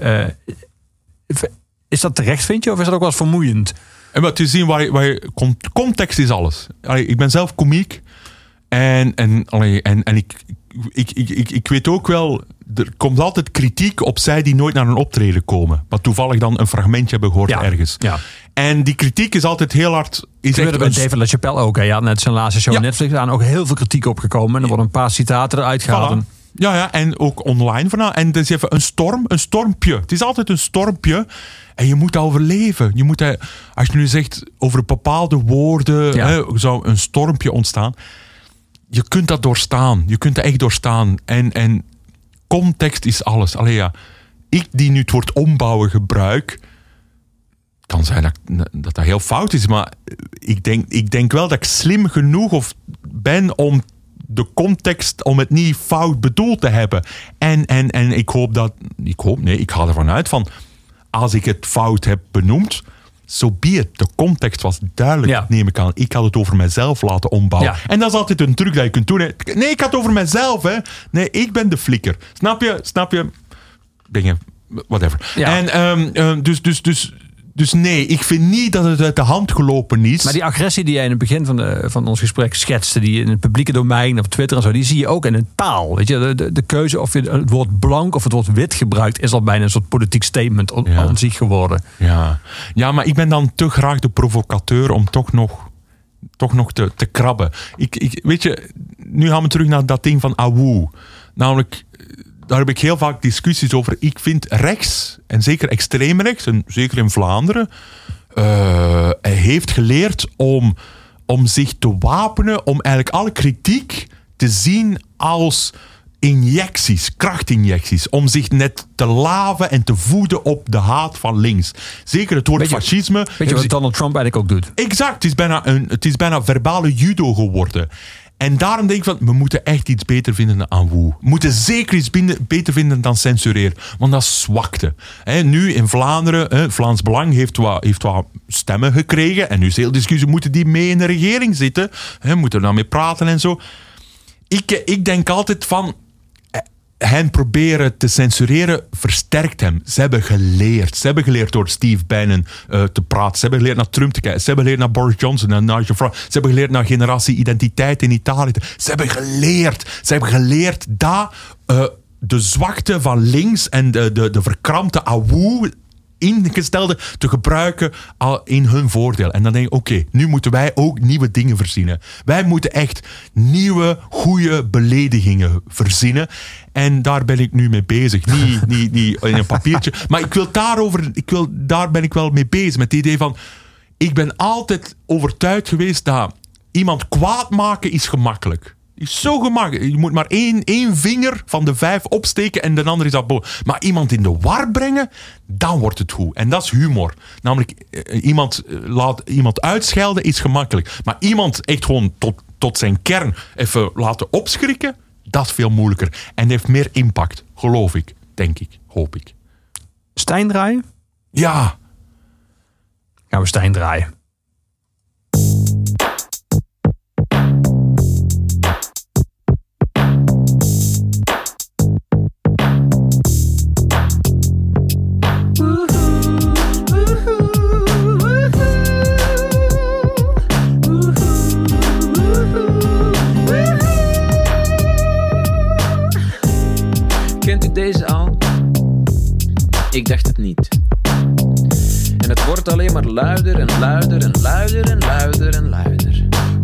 Speaker 2: Is dat terecht, vind je? Of is dat ook wel eens vermoeiend?
Speaker 3: En wat te zien waar je context is alles. Ik ben zelf komiek en ik weet ook wel, er komt altijd kritiek op zij die nooit naar een optreden komen. Wat toevallig dan een fragmentje hebben gehoord ergens. Ja. En die kritiek is altijd heel hard.
Speaker 2: Is echt bij David LaChapelle ook. Hè? Ja, net zijn laatste show op Netflix aan ook heel veel kritiek opgekomen. En er worden een paar citaten eruit gehaald.
Speaker 3: Voilà. Ja, en ook online vanaf. En het is even een stormpje. Het is altijd een stormpje. En je moet overleven. Als je nu zegt over bepaalde woorden, zou een stormpje ontstaan. Je kunt dat doorstaan. Je kunt dat echt doorstaan. En context is alles. Ik die nu het woord ombouwen gebruik, kan zijn dat heel fout is. Maar ik denk wel dat ik slim genoeg ben om de context, om het niet fout bedoeld te hebben. En ik ga ervan uit van, als ik het fout heb benoemd, so be it. De context was duidelijk, neem ik aan. Ik had het over mezelf laten ombouwen. Ja. En dat is altijd een truc dat je kunt doen. Nee, ik had het over mezelf. Hè. Nee, ik ben de flikker. Snap je? Dingen, whatever. Ja. En dus nee, ik vind niet dat het uit de hand gelopen is.
Speaker 2: Maar die agressie die jij in het begin van ons gesprek schetste, die in het publieke domein, op Twitter en zo, die zie je ook in een taal. Weet je, de keuze of je het woord blank of het woord wit gebruikt, is al bijna een soort politiek statement aan zich geworden.
Speaker 3: Ja, maar ik ben dan te graag de provocateur om toch nog te krabben. Weet je, nu gaan we terug naar dat ding van Awoe. Namelijk, daar heb ik heel vaak discussies over. Ik vind rechts, en zeker extreem rechts, en zeker in Vlaanderen, heeft geleerd om zich te wapenen, om eigenlijk alle kritiek te zien als injecties, krachtinjecties, om zich net te laven en te voeden op de haat van links. Zeker het woord fascisme.
Speaker 2: Weet je wat Donald Trump eigenlijk ook doet?
Speaker 3: Exact, het is bijna verbale judo geworden. En daarom denk ik van, we moeten echt iets beter vinden dan Awoe. We moeten zeker iets beter vinden dan censureren. Want dat is zwakte. Nu in Vlaanderen, Vlaams Belang heeft wat stemmen gekregen. En nu is heel discussie, moeten die mee in de regering zitten? Moeten we daarmee praten en zo? Ik denk altijd van, hen proberen te censureren versterkt hem. Ze hebben geleerd. Ze hebben geleerd door Steve Bannon te praten. Ze hebben geleerd naar Trump te kijken. Ze hebben geleerd naar Boris Johnson en Nigel Farage. Ze hebben geleerd naar generatie identiteit in Italië. Ze hebben geleerd dat de zwakte van links en de verkrampte Awoe ingestelde te gebruiken in hun voordeel. En dan denk ik, oké, nu moeten wij ook nieuwe dingen verzinnen. Wij moeten echt nieuwe, goede beledigingen verzinnen. En daar ben ik nu mee bezig. Niet in een papiertje. Maar daar ben ik wel mee bezig. Met het idee van, ik ben altijd overtuigd geweest dat iemand kwaad maken is gemakkelijk. Is zo gemakkelijk. Je moet maar één vinger van de 5 opsteken en de andere is dat boven. Maar iemand in de war brengen, dan wordt het goed. En dat is humor. Namelijk, iemand uitschelden is gemakkelijk. Maar iemand echt gewoon tot zijn kern even laten opschrikken, dat is veel moeilijker. En heeft meer impact, geloof ik, denk ik, hoop ik.
Speaker 2: Stijn draaien?
Speaker 3: Ja.
Speaker 2: Gaan we Stijn draaien.
Speaker 7: Kent u deze al? Ik dacht het niet. En het wordt alleen maar luider en luider en luider en luider en luider.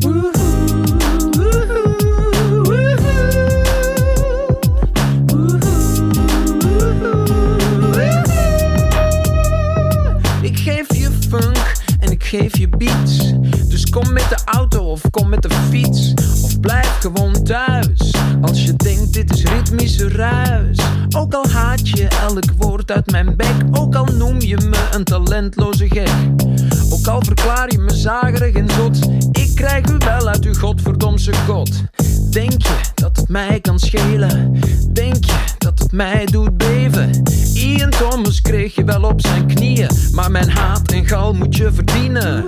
Speaker 7: Ik geef je funk en ik geef je beats. Dus kom met de auto of kom met de fiets. Of blijf gewoon thuis. Als je denkt dit is ritmische ruis. Ook al haat je elk woord uit mijn bek. Ook al noem je me een talentloze gek. Ook al verklaar je me zagerig en zot. Ik krijg u wel uit uw godverdomse kot. Denk je dat het mij kan schelen? Denk je dat het mij doet beven? Ian Thomas kreeg je wel op zijn knieën. Maar mijn haat en gal moet je verdienen.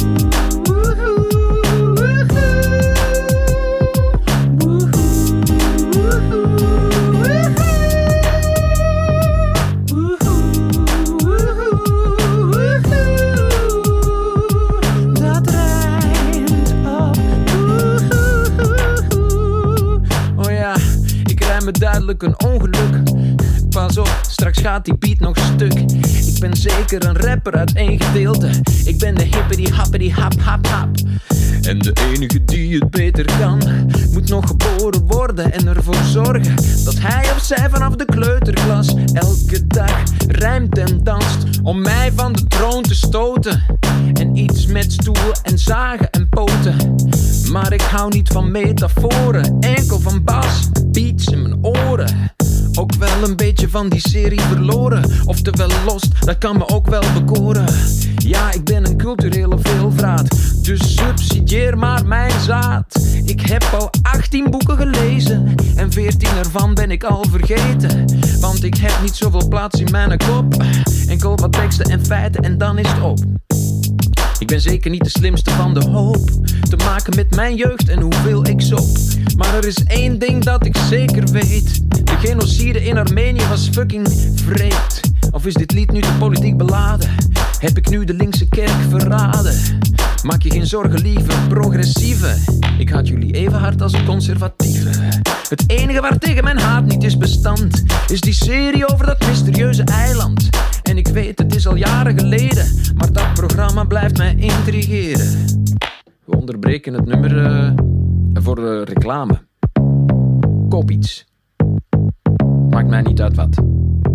Speaker 7: Me duidelijk een ongeluk. Pas op, straks gaat die beat nog stuk. Ik ben zeker een rapper uit één gedeelte. Ik ben de hippity happity hap hap hap. En de enige die het beter kan, moet nog geboren worden en ervoor zorgen dat hij of zij vanaf de kleuterklas elke dag rijmt en danst om mij van de troon te stoten. En iets met stoel en zagen en poten. Maar ik hou niet van metaforen, enkel van bas, beats in mijn oren. Ook wel een beetje van die serie Verloren. Oftewel Lost, dat kan me ook wel bekoren. Ja, ik ben een culturele veelvraat, dus subsidieer maar mijn zaad. Ik heb al 18 boeken gelezen en 14 ervan ben ik al vergeten. Want ik heb niet zoveel plaats in mijn kop. Enkel wat teksten en feiten en dan is het op. Ik ben zeker niet de slimste van de hoop. Te maken met mijn jeugd en hoeveel ik zoop. Maar er is één ding dat ik zeker weet. De genocide in Armenië was fucking vreed. Of is dit lied nu te politiek beladen? Heb ik nu de linkse kerk verraden? Maak je geen zorgen, lieve progressieve. Ik haat jullie even hard als een conservatieve. Het enige waar tegen mijn haat niet is bestand, is die serie over dat mysterieuze eiland. En ik weet, het is al jaren geleden, maar dat programma blijft mij intrigeren. We onderbreken het nummer voor de reclame. Koop iets. Maakt mij niet uit wat.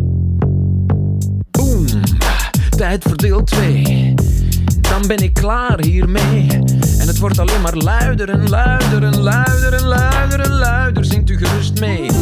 Speaker 7: Boom. Tijd voor deel 2. Dan ben ik klaar hiermee. En het wordt alleen maar luider en luider en luider en luider en luider. Zingt u gerust mee.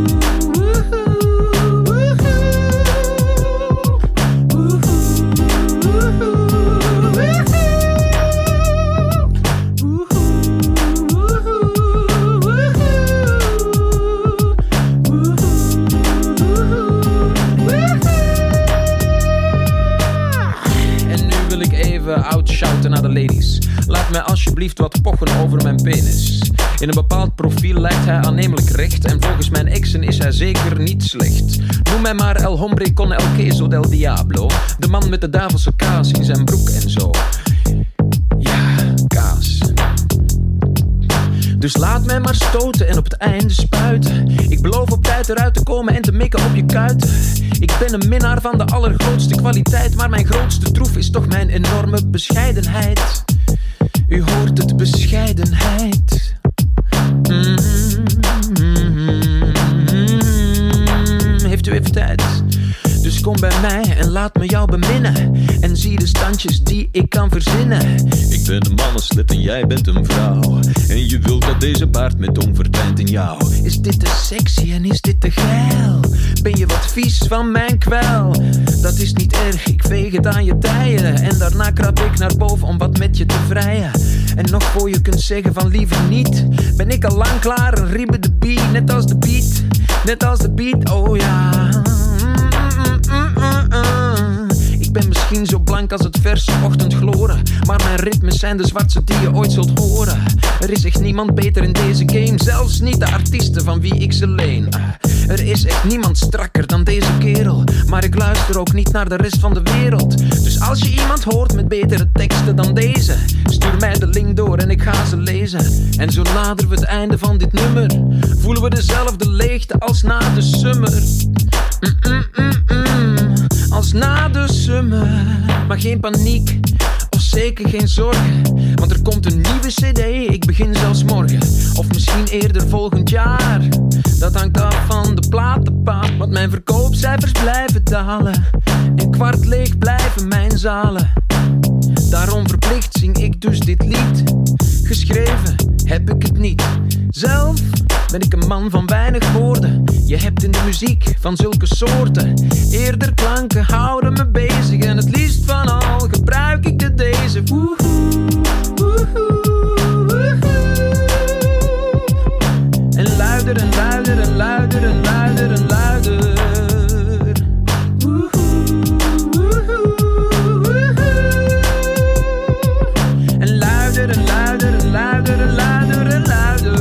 Speaker 7: Outshouten naar de ladies. Laat mij alsjeblieft wat pochen over mijn penis. In een bepaald profiel lijkt hij aannemelijk recht. En volgens mijn exen is hij zeker niet slecht. Noem mij maar El Hombre con el queso del Diablo. De man met de duivelse kaas in zijn broek en zo. Ja, kaas. Dus laat mij maar stoten en op het einde spuiten. Ik beloof op tijd eruit te komen en te mikken op je kuiten. Ik ben een minnaar van de allergrootste kwaliteit, maar mijn grootste troef is toch mijn enorme bescheidenheid. U hoort het, bescheidenheid. Heeft u even tijd? Dus kom bij mij en laat me jou beminnen. En zie de standjes die ik kan verzinnen. Ik ben een mannenslip en jij bent een vrouw. En je wilt dat deze baard met tong verdwijnt in jou. Is dit te sexy en is dit te geil? Ben je wat vies van mijn kwel? Dat is niet erg, ik veeg het aan je dijen. En daarna krab ik naar boven om wat met je te vrijen. En nog voor je kunt zeggen van liever niet, ben ik al lang klaar, een ribbe de beat. Net als de beat, net als de beat, oh ja. Ik ben misschien zo blank als het verse ochtendgloren, maar mijn ritmes zijn de zwartste die je ooit zult horen. Er is echt niemand beter in deze game, zelfs niet de artiesten van wie ik ze leen. Er is echt niemand strakker dan deze kerel, maar ik luister ook niet naar de rest van de wereld. Dus als je iemand hoort met betere teksten dan deze, stuur mij de link door en ik ga ze lezen. En zo naderen we het einde van dit nummer, voelen we dezelfde leegte als na de summer. Als na de summer. Maar geen paniek, of zeker geen zorgen, want er komt een nieuwe cd, ik begin zelfs morgen. Of misschien eerder volgend jaar. Dat hangt af van de platenpaap, want mijn verkoopcijfers blijven dalen. En kwart leeg blijven mijn zalen. Daarom verplicht zing ik dus dit lied. Geschreven heb ik het niet. Zelf ben ik een man van weinig woorden. Je hebt in de muziek van zulke soorten. Eerder klanken houden me bezig. En het liefst van al gebruik ik de deze. Woehoe, woehoe, woehoe. En luider en luider en luider en luider en luider. En luider en luider en luider en luider.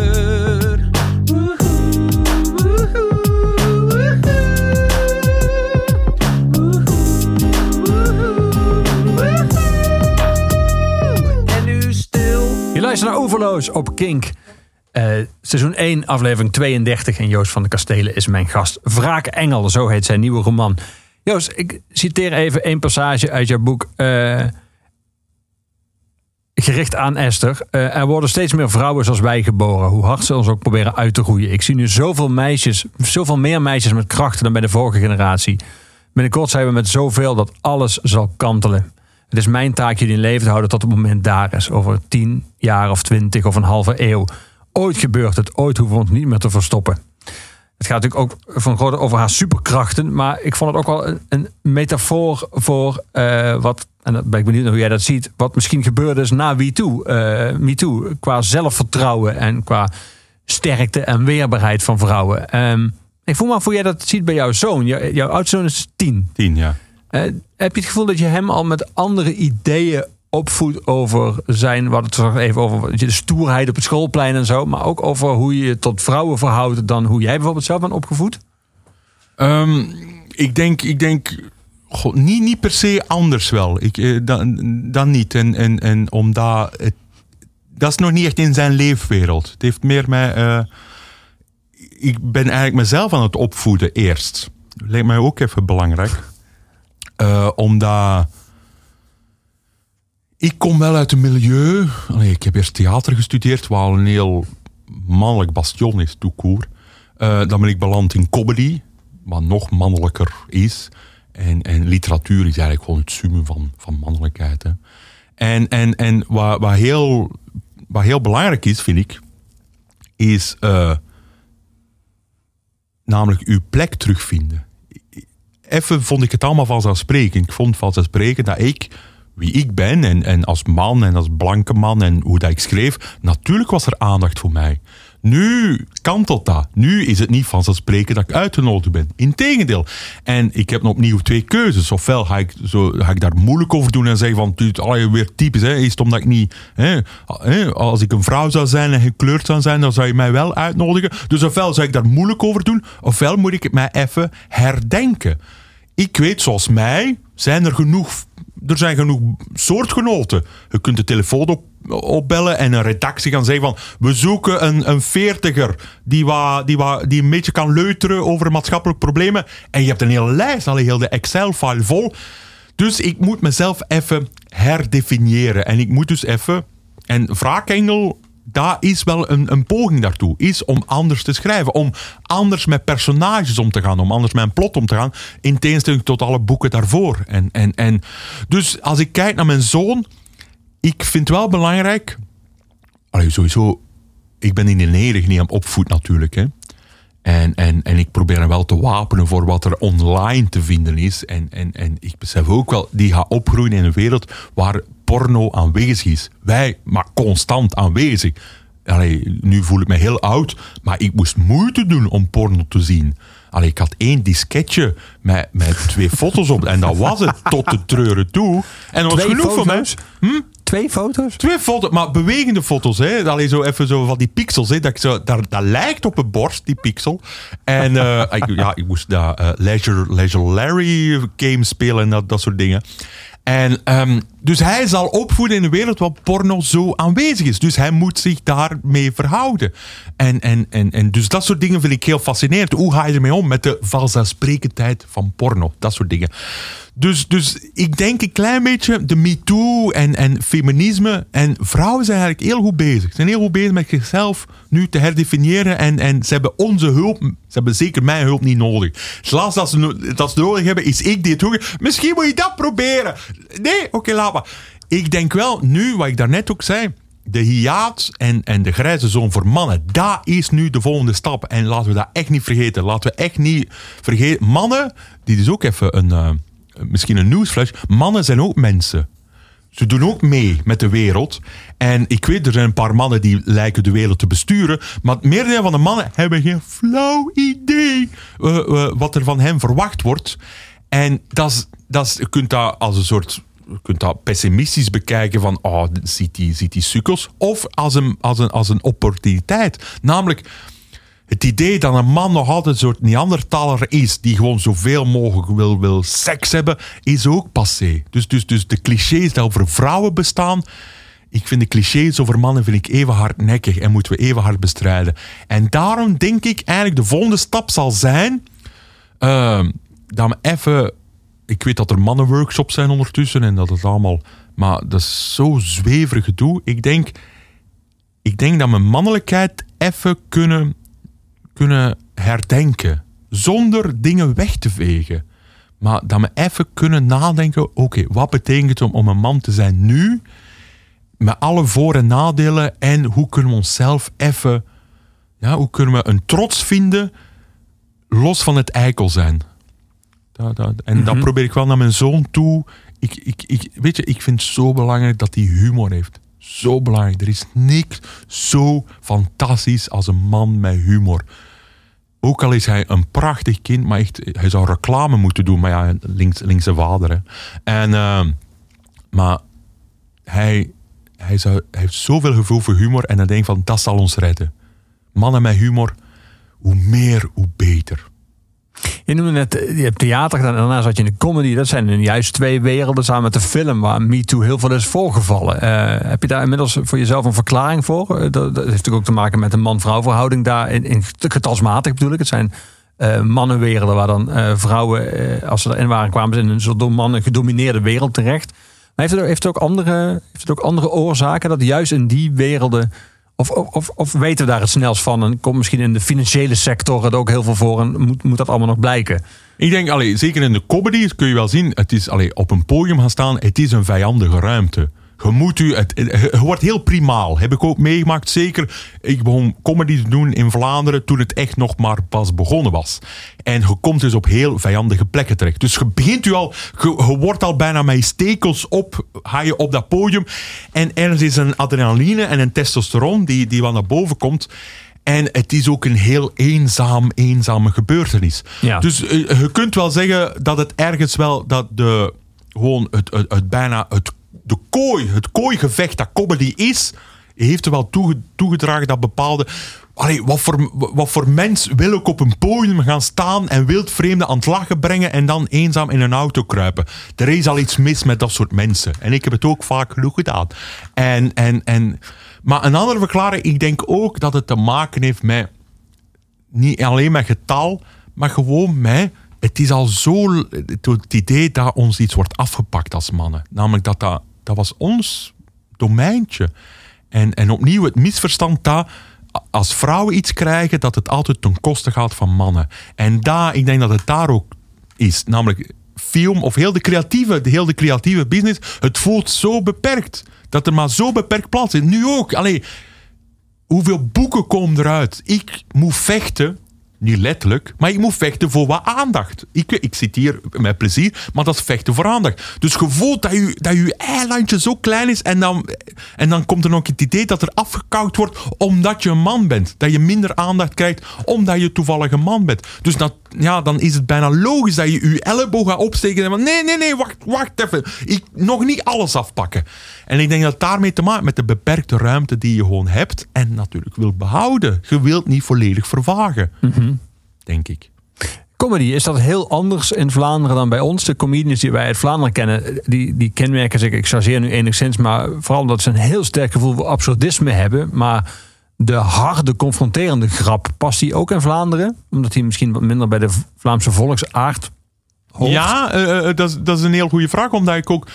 Speaker 7: En nu stil.
Speaker 2: Je luistert naar Oeverloos op Kink. Seizoen 1, aflevering 32. En Joost van de Kastelen is mijn gast. Wraakengel, zo heet zijn nieuwe roman. Joost, ik citeer even één passage uit jouw boek. Gericht aan Esther. Er worden steeds meer vrouwen zoals wij geboren. Hoe hard ze ons ook proberen uit te groeien. Ik zie nu zoveel meer meisjes met krachten dan bij de vorige generatie. Binnenkort zijn we met zoveel dat alles zal kantelen. Het is mijn taak jullie in leven te houden tot het moment daar is. Over 10 jaar of 20 of een halve eeuw. Ooit gebeurt het. Ooit hoeven we ons niet meer te verstoppen. Het gaat natuurlijk ook van groot over haar superkrachten. Maar ik vond het ook wel een metafoor voor wat... En dan ben ik benieuwd naar hoe jij dat ziet. Wat misschien gebeurde is na MeToo. Qua zelfvertrouwen en qua sterkte en weerbaarheid van vrouwen. Ik voel me af hoe jij dat ziet bij jouw zoon. Jouw oudste zoon is 10.
Speaker 3: 10, ja.
Speaker 2: Heb je het gevoel dat je hem al met andere ideeën opvoedt over zijn... Wat het even over de stoerheid op het schoolplein en zo. Maar ook over hoe je je tot vrouwen verhoudt dan hoe jij bijvoorbeeld zelf bent opgevoed?
Speaker 3: Ik denk God, niet per se anders wel. Dan niet. En omdat dat is nog niet echt in zijn leefwereld. Het heeft meer mij... ik ben eigenlijk mezelf aan het opvoeden eerst. Dat lijkt mij ook even belangrijk. Omdat... Ik kom wel uit een milieu... ik heb eerst theater gestudeerd, waar een heel mannelijk bastion is, tout court. Dan ben ik beland in comedy, wat nog mannelijker is... En literatuur is eigenlijk gewoon het summen van mannelijkheid. Hè. En wat heel belangrijk is, vind ik, is namelijk uw plek terugvinden. Even vond ik het allemaal vanzelfsprekend. Ik vond vanzelfsprekend dat ik, wie ik ben, en als man en als blanke man en hoe dat ik schreef, natuurlijk was er aandacht voor mij. Nu kantelt dat. Nu is het niet vanzelfsprekend dat ik uitgenodigd ben. Integendeel. En ik heb opnieuw 2 keuzes. Ofwel ga ik daar moeilijk over doen en zeggen van... weer typisch, hè, is het omdat ik niet... als ik een vrouw zou zijn en gekleurd zou zijn... dan zou je mij wel uitnodigen. Dus ofwel zou ik daar moeilijk over doen... ofwel moet ik het mij even herdenken. Ik weet, zoals mij, zijn er genoeg... Er zijn genoeg soortgenoten. Je kunt de telefoon opbellen en een redactie gaan zeggen van we zoeken een 40er die een beetje kan leuteren over maatschappelijke problemen. En je hebt een hele lijst, heel de Excel-file vol. Dus ik moet mezelf even herdefiniëren. En ik moet dus even... En Wraakengel, daar is wel een poging daartoe. Is om anders te schrijven. Om anders met personages om te gaan. Om anders met een plot om te gaan. In tegenstelling tot alle boeken daarvoor. En dus als ik kijk naar mijn zoon... Ik vind het wel belangrijk... sowieso... Ik ben in de nederig niet aan het opvoed natuurlijk. Hè. En ik probeer hem wel te wapenen voor wat er online te vinden is. En ik besef ook wel... Die gaat opgroeien in een wereld waar porno aanwezig is. Wij, maar constant aanwezig. Nu voel ik me heel oud, maar ik moest moeite doen om porno te zien. Ik had 1 disketje met 2 foto's op en dat was het tot de treuren toe. En dat was genoeg voor mij.
Speaker 2: 2 foto's?
Speaker 3: 2 foto's, maar bewegende foto's. Hè. Zo even zo van die pixels. Hè. Dat ik zo, dat lijkt op een borst, die pixel. En ik moest daar Leisure Larry game spelen en dat soort dingen. En dus hij zal opvoeden in een wereld waar porno zo aanwezig is. Dus hij moet zich daarmee verhouden. En dus dat soort dingen vind ik heel fascinerend. Hoe ga je ermee om met de vanzelfsprekendheid van porno? Dat soort dingen. Dus ik denk een klein beetje de MeToo en feminisme. En vrouwen zijn eigenlijk heel goed bezig. Ze zijn heel goed bezig met zichzelf nu te herdefiniëren. En ze hebben onze hulp, ze hebben zeker mijn hulp niet nodig. Het laatste dat ze nodig hebben is ik die het hoger. Misschien moet je dat proberen. Nee, oké, laat maar. Ik denk wel, nu wat ik daarnet ook zei... De hiaat en de grijze zone voor mannen, dat is nu de volgende stap. En laten we dat echt niet vergeten. Laten we echt niet vergeten. Mannen, dit is ook even misschien een nieuwsflash. Mannen zijn ook mensen. Ze doen ook mee met de wereld. En ik weet, er zijn een paar mannen die lijken de wereld te besturen. Maar het merendeel van de mannen hebben geen flauw idee wat er van hen verwacht wordt. En je kunt dat als een soort... Je kunt dat pessimistisch bekijken van, ziet die sukkels. Of als een opportuniteit. Namelijk, het idee dat een man nog altijd een soort Neandertaler is, die gewoon zoveel mogelijk wil seks hebben, is ook passé. Dus de clichés die over vrouwen bestaan, ik vind de clichés over mannen even hardnekkig en moeten we even hard bestrijden. En daarom denk ik eigenlijk de volgende stap zal zijn, dat we even... Ik weet dat er mannenworkshops zijn ondertussen en dat het allemaal... Maar dat is zo zweverig gedoe. Ik denk dat we mannelijkheid even kunnen herdenken. Zonder dingen weg te vegen. Maar dat we even kunnen nadenken... Oké, wat betekent het om een man te zijn nu? Met alle voor- en nadelen. En hoe kunnen we onszelf even... hoe kunnen we een trots vinden... los van het eikel zijn... En dat probeer ik wel naar mijn zoon toe. Ik vind het zo belangrijk dat hij humor heeft. Zo belangrijk. Er is niks zo fantastisch als een man met humor. Ook al is hij een prachtig kind, maar echt, hij zou reclame moeten doen. Maar ja, linkse vader. Hè. Maar hij heeft zoveel gevoel voor humor en dan denk ik van, dat zal ons redden. Mannen met humor, hoe meer, hoe beter.
Speaker 2: Je noemde net, je hebt theater gedaan en daarna zat je in de comedy. Dat zijn juist 2 werelden samen met de film waar MeToo heel veel is voorgevallen. Heb je daar inmiddels voor jezelf een verklaring voor? Dat heeft natuurlijk ook te maken met de man-vrouw verhouding daar. In getalsmatig bedoel ik. Het zijn mannenwerelden waar dan vrouwen, als ze erin waren, kwamen ze in een soort door mannen gedomineerde wereld terecht. Maar heeft het ook andere oorzaken dat juist in die werelden... Of weten we daar het snelst van en komt misschien in de financiële sector het ook heel veel voor en moet dat allemaal nog blijken?
Speaker 3: Ik denk, zeker in de comedy kun je wel zien, het is op een podium gaan staan, het is een vijandige ruimte. Je wordt heel primaal. Heb ik ook meegemaakt. Zeker, ik begon comedy te doen in Vlaanderen toen het echt nog maar pas begonnen was. En je komt dus op heel vijandige plekken terecht. Dus je begint je wordt al bijna met je stekels op, ga je op dat podium. En er is een adrenaline en een testosteron die wel naar boven komt. En het is ook een heel eenzame gebeurtenis. Ja. Dus je kunt wel zeggen dat het ergens wel, dat het kooigevecht dat comedy is, heeft er wel toegedragen dat bepaalde Allee, wat voor mens wil ik op een podium gaan staan en wildvreemden aan het lachen brengen en dan eenzaam in een auto kruipen? Er is al iets mis met dat soort mensen. En ik heb het ook vaak genoeg gedaan. Maar een andere verklaring, ik denk ook dat het te maken heeft met, niet alleen met getal, maar gewoon met, het is al zo het idee dat ons iets wordt afgepakt als mannen. Namelijk dat was ons domeintje. En opnieuw het misverstand dat als vrouwen iets krijgen, dat het altijd ten koste gaat van mannen. En ik denk dat het daar ook is. Namelijk film of heel de creatieve business, het voelt zo beperkt. Dat er maar zo beperkt plaats is. Nu ook. Allee, hoeveel boeken komen eruit? Ik moet vechten, niet letterlijk, maar ik moet vechten voor wat aandacht. Ik zit hier met plezier, maar dat is vechten voor aandacht. Dus je voelt dat je eilandje zo klein is en dan komt er nog het idee dat er afgekauwd wordt omdat je een man bent. Dat je minder aandacht krijgt omdat je toevallig een man bent. Dus dan is het bijna logisch dat je je elleboog gaat opsteken en van nee, wacht even. Ik nog niet alles afpakken. En ik denk dat het daarmee te maken met de beperkte ruimte die je gewoon hebt en natuurlijk wilt behouden. Je wilt niet volledig vervagen. Denk ik.
Speaker 2: Comedy, is dat heel anders in Vlaanderen dan bij ons? De comedians die wij uit Vlaanderen kennen, die kenmerken zich, ik chargeer nu enigszins, maar vooral omdat ze een heel sterk gevoel voor absurdisme hebben. Maar de harde, confronterende grap, past die ook in Vlaanderen? Omdat die misschien wat minder bij de Vlaamse volksaard hoort?
Speaker 3: Ja, dat is een heel goede vraag, omdat ik ook...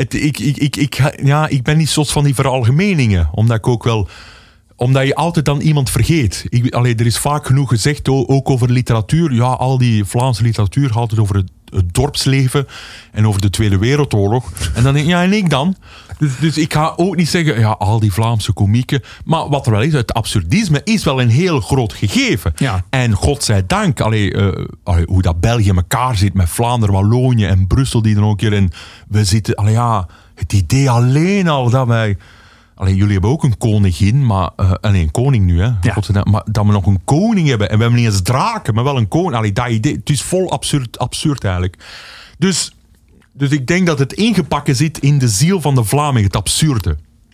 Speaker 3: Ik ben niet zo van die veralgemeningen, omdat ik ook wel... Omdat je altijd dan iemand vergeet. Er is vaak genoeg gezegd, ook over literatuur. Ja, al die Vlaamse literatuur gaat het over het dorpsleven en over de Tweede Wereldoorlog. En dan denk ik, en ik dan? Dus ik ga ook niet zeggen, al die Vlaamse komieken. Maar wat er wel is, het absurdisme is wel een heel groot gegeven. Ja. En godzijdank, hoe dat België in elkaar zit met Vlaanderen, Wallonië en Brussel die er ook hier in. We zitten, het idee alleen al dat wij... jullie hebben ook een koningin, maar... een koning nu, hè. Ja. Maar dat we nog een koning hebben. En we hebben niet eens draken, maar wel een koning. Dat idee, het is vol absurd eigenlijk. Dus ik denk dat het ingepakt zit in de ziel van de Vlaming. Het absurde.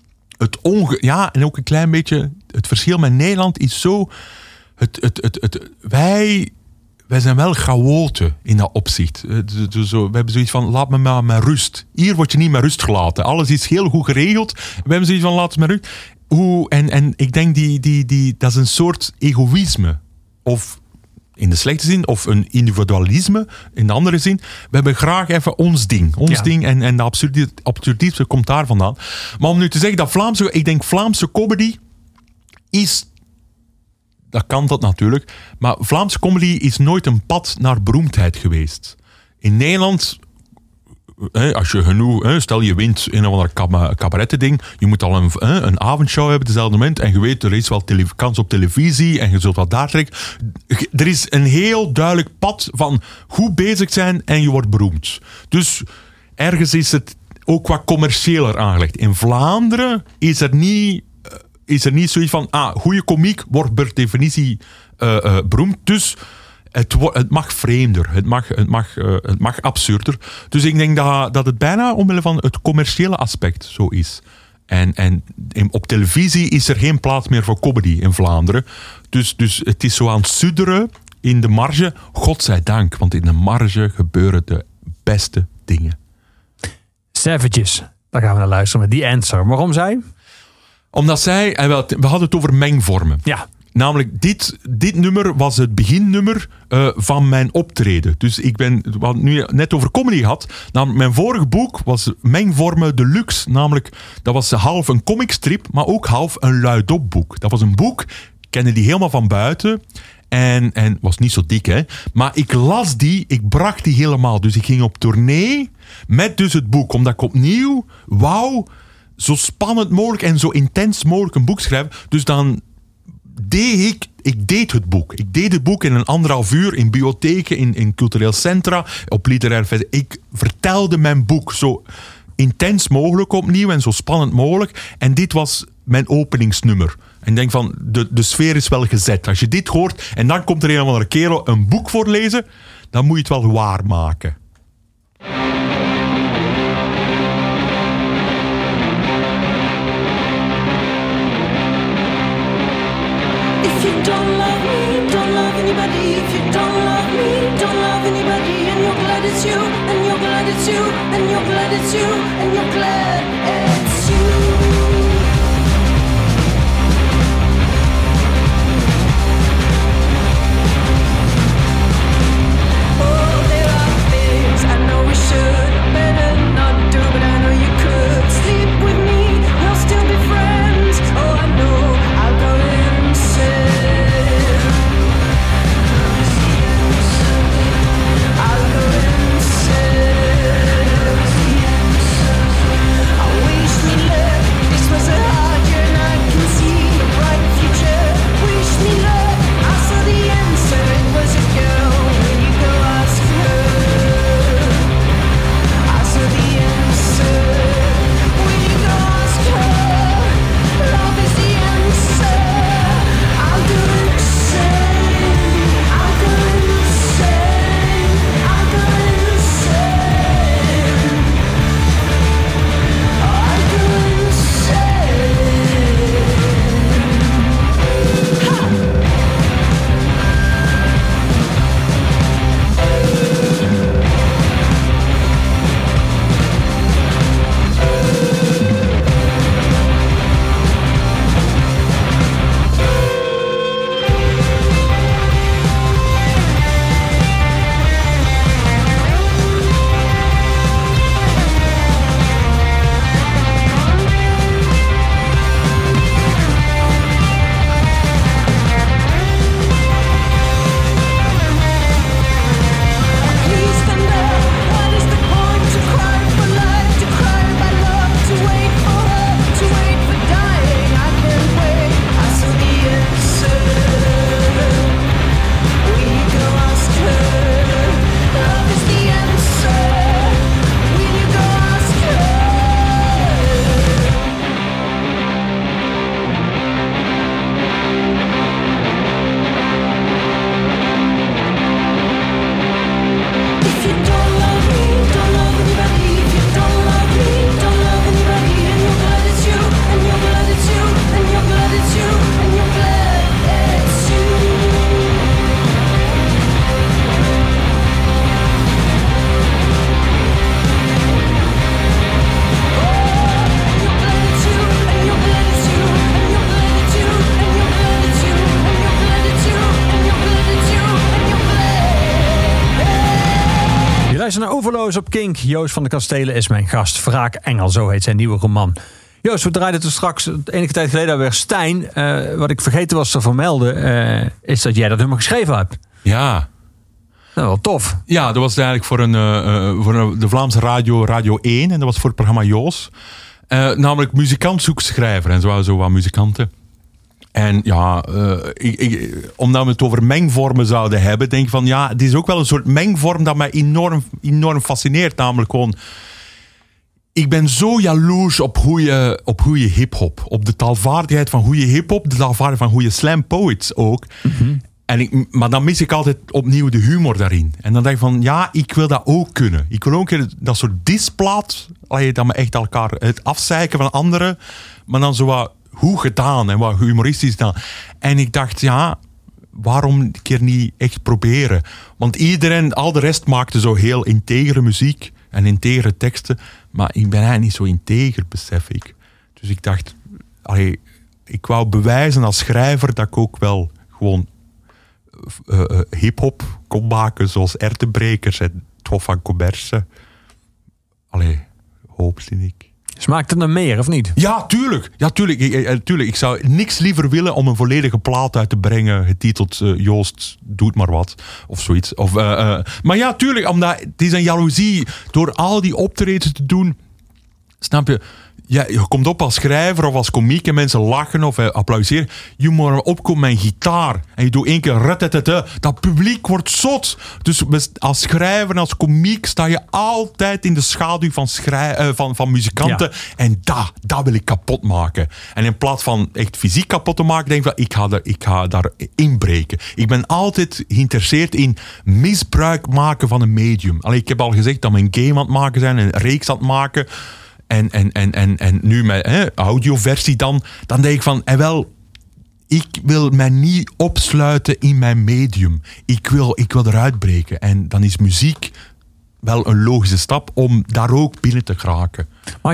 Speaker 3: En ook een klein beetje... Het verschil met Nederland is zo... Wij zijn wel chaoten in dat opzicht. We hebben zoiets van, laat me maar met rust. Hier word je niet met rust gelaten. Alles is heel goed geregeld. We hebben zoiets van, laat me met rust. En ik denk, dat is een soort egoïsme. Of in de slechte zin, of een individualisme in de andere zin. We hebben graag even ons ding. Ding en de absurdisme komt daar vandaan. Maar om nu te zeggen dat ik denk Vlaamse comedy is... Dat kan dat natuurlijk. Maar Vlaamse comedy is nooit een pad naar beroemdheid geweest. In Nederland, als je genoeg... Stel je wint een of ander cabarettending. Je moet al een avondshow hebben, dezelfde moment. En je weet, er is wel kans op televisie. En je zult wat daar trekken. Er is een heel duidelijk pad van goed bezig zijn en je wordt beroemd. Dus ergens is het ook wat commerciëler aangelegd. In Vlaanderen is er niet zoiets van, goede komiek wordt per definitie beroemd. Dus het mag vreemder. Het mag absurder. Dus ik denk dat het bijna omwille van het commerciële aspect zo is. En op televisie is er geen plaats meer voor comedy in Vlaanderen. Dus het is zo aan het sudderen in de marge. Godzijdank, want in de marge gebeuren de beste dingen.
Speaker 2: Savages, daar gaan we naar luisteren met The Answer. Waarom zij?
Speaker 3: Omdat zij, we hadden het over mengvormen.
Speaker 2: Ja.
Speaker 3: Namelijk, dit nummer was het beginnummer van mijn optreden. Dus we hadden nu net over comedy gehad. Namelijk, mijn vorige boek was Mengvormen Deluxe. Namelijk, dat was half een comicstrip, maar ook half een luidop boek. Dat was een boek, ik kende die helemaal van buiten. En was niet zo dik, hè. Maar ik las die, ik bracht die helemaal. Dus ik ging op tournee met dus het boek. Omdat ik opnieuw, zo spannend mogelijk en zo intens mogelijk een boek schrijven. Dus dan deed ik deed het boek. Ik deed het boek in een 1,5 uur in bibliotheken, in cultureel centra, op literair festival. Ik vertelde mijn boek zo intens mogelijk opnieuw en zo spannend mogelijk. En dit was mijn openingsnummer. En ik denk van, de sfeer is wel gezet. Als je dit hoort en dan komt er een of andere kerel een boek voorlezen, dan moet je het wel waarmaken.
Speaker 8: If
Speaker 6: you don't love me, don't love anybody. If you don't love me, don't love anybody. And you're glad it's you, and you're glad it's you, and you're glad it's you, and you're glad it's you.
Speaker 2: Naar Overloos op Kink. Joost van de Kastelen is mijn gast. Wraakengel, zo heet zijn nieuwe roman. Joost, we draaiden toen straks enige tijd geleden weer Stijn. Wat ik vergeten was te vermelden, is dat jij dat nummer geschreven hebt.
Speaker 3: Ja.
Speaker 2: Nou, wel tof.
Speaker 3: Ja, dat was eigenlijk voor de Vlaamse radio 1. En dat was voor het programma Joos. Namelijk muzikant zoekt schrijver. En zo wat muzikanten. En ja, omdat we het over mengvormen zouden hebben, denk ik van ja, het is ook wel een soort mengvorm dat mij enorm fascineert. Namelijk gewoon, ik ben zo jaloers op goede hip-hop. Op de taalvaardigheid van goede hip-hop, de taalvaardigheid van goede slam poets ook. Mm-hmm. Maar dan mis ik altijd opnieuw de humor daarin. En dan denk ik van, ja, ik wil dat ook kunnen. Ik wil ook dat soort displaat, dat me echt elkaar het afzeiken van anderen, maar dan zo wat goed gedaan en wat humoristisch gedaan. En ik dacht, ja, waarom een keer niet echt proberen? Want al de rest maakte zo heel integere muziek en integere teksten, maar ik ben eigenlijk niet zo integer, besef ik. Dus ik dacht, ik wou bewijzen als schrijver dat ik ook wel gewoon hip-hop kon maken, zoals Ertebrekers en Tof van Commerce. Hoopte ik.
Speaker 2: Smaakt het naar meer, of niet?
Speaker 3: Ja, tuurlijk. Ik zou niks liever willen om een volledige plaat uit te brengen, getiteld Joost doet maar wat, of zoiets. Maar ja, tuurlijk, omdat het is een jaloezie door al die optredens te doen. Snap je? Ja, je komt op als schrijver of als komiek en mensen lachen of applaudisseren. Je moet maar opkomen met een gitaar. En je doet één keer dat publiek wordt zot. Dus als schrijver en als komiek sta je altijd in de schaduw van muzikanten. Ja. En dat wil ik kapot maken. En in plaats van echt fysiek kapot te maken, denk ik ga daar inbreken. Ik ben altijd geïnteresseerd in misbruik maken van een medium. Ik heb al gezegd dat we een game aan het maken zijn, een reeks aan het maken. En nu met audioversie dan denk ik van, ik wil mij niet opsluiten in mijn medium. Ik wil eruit breken. En dan is muziek wel een logische stap om daar ook binnen te geraken.
Speaker 2: Maar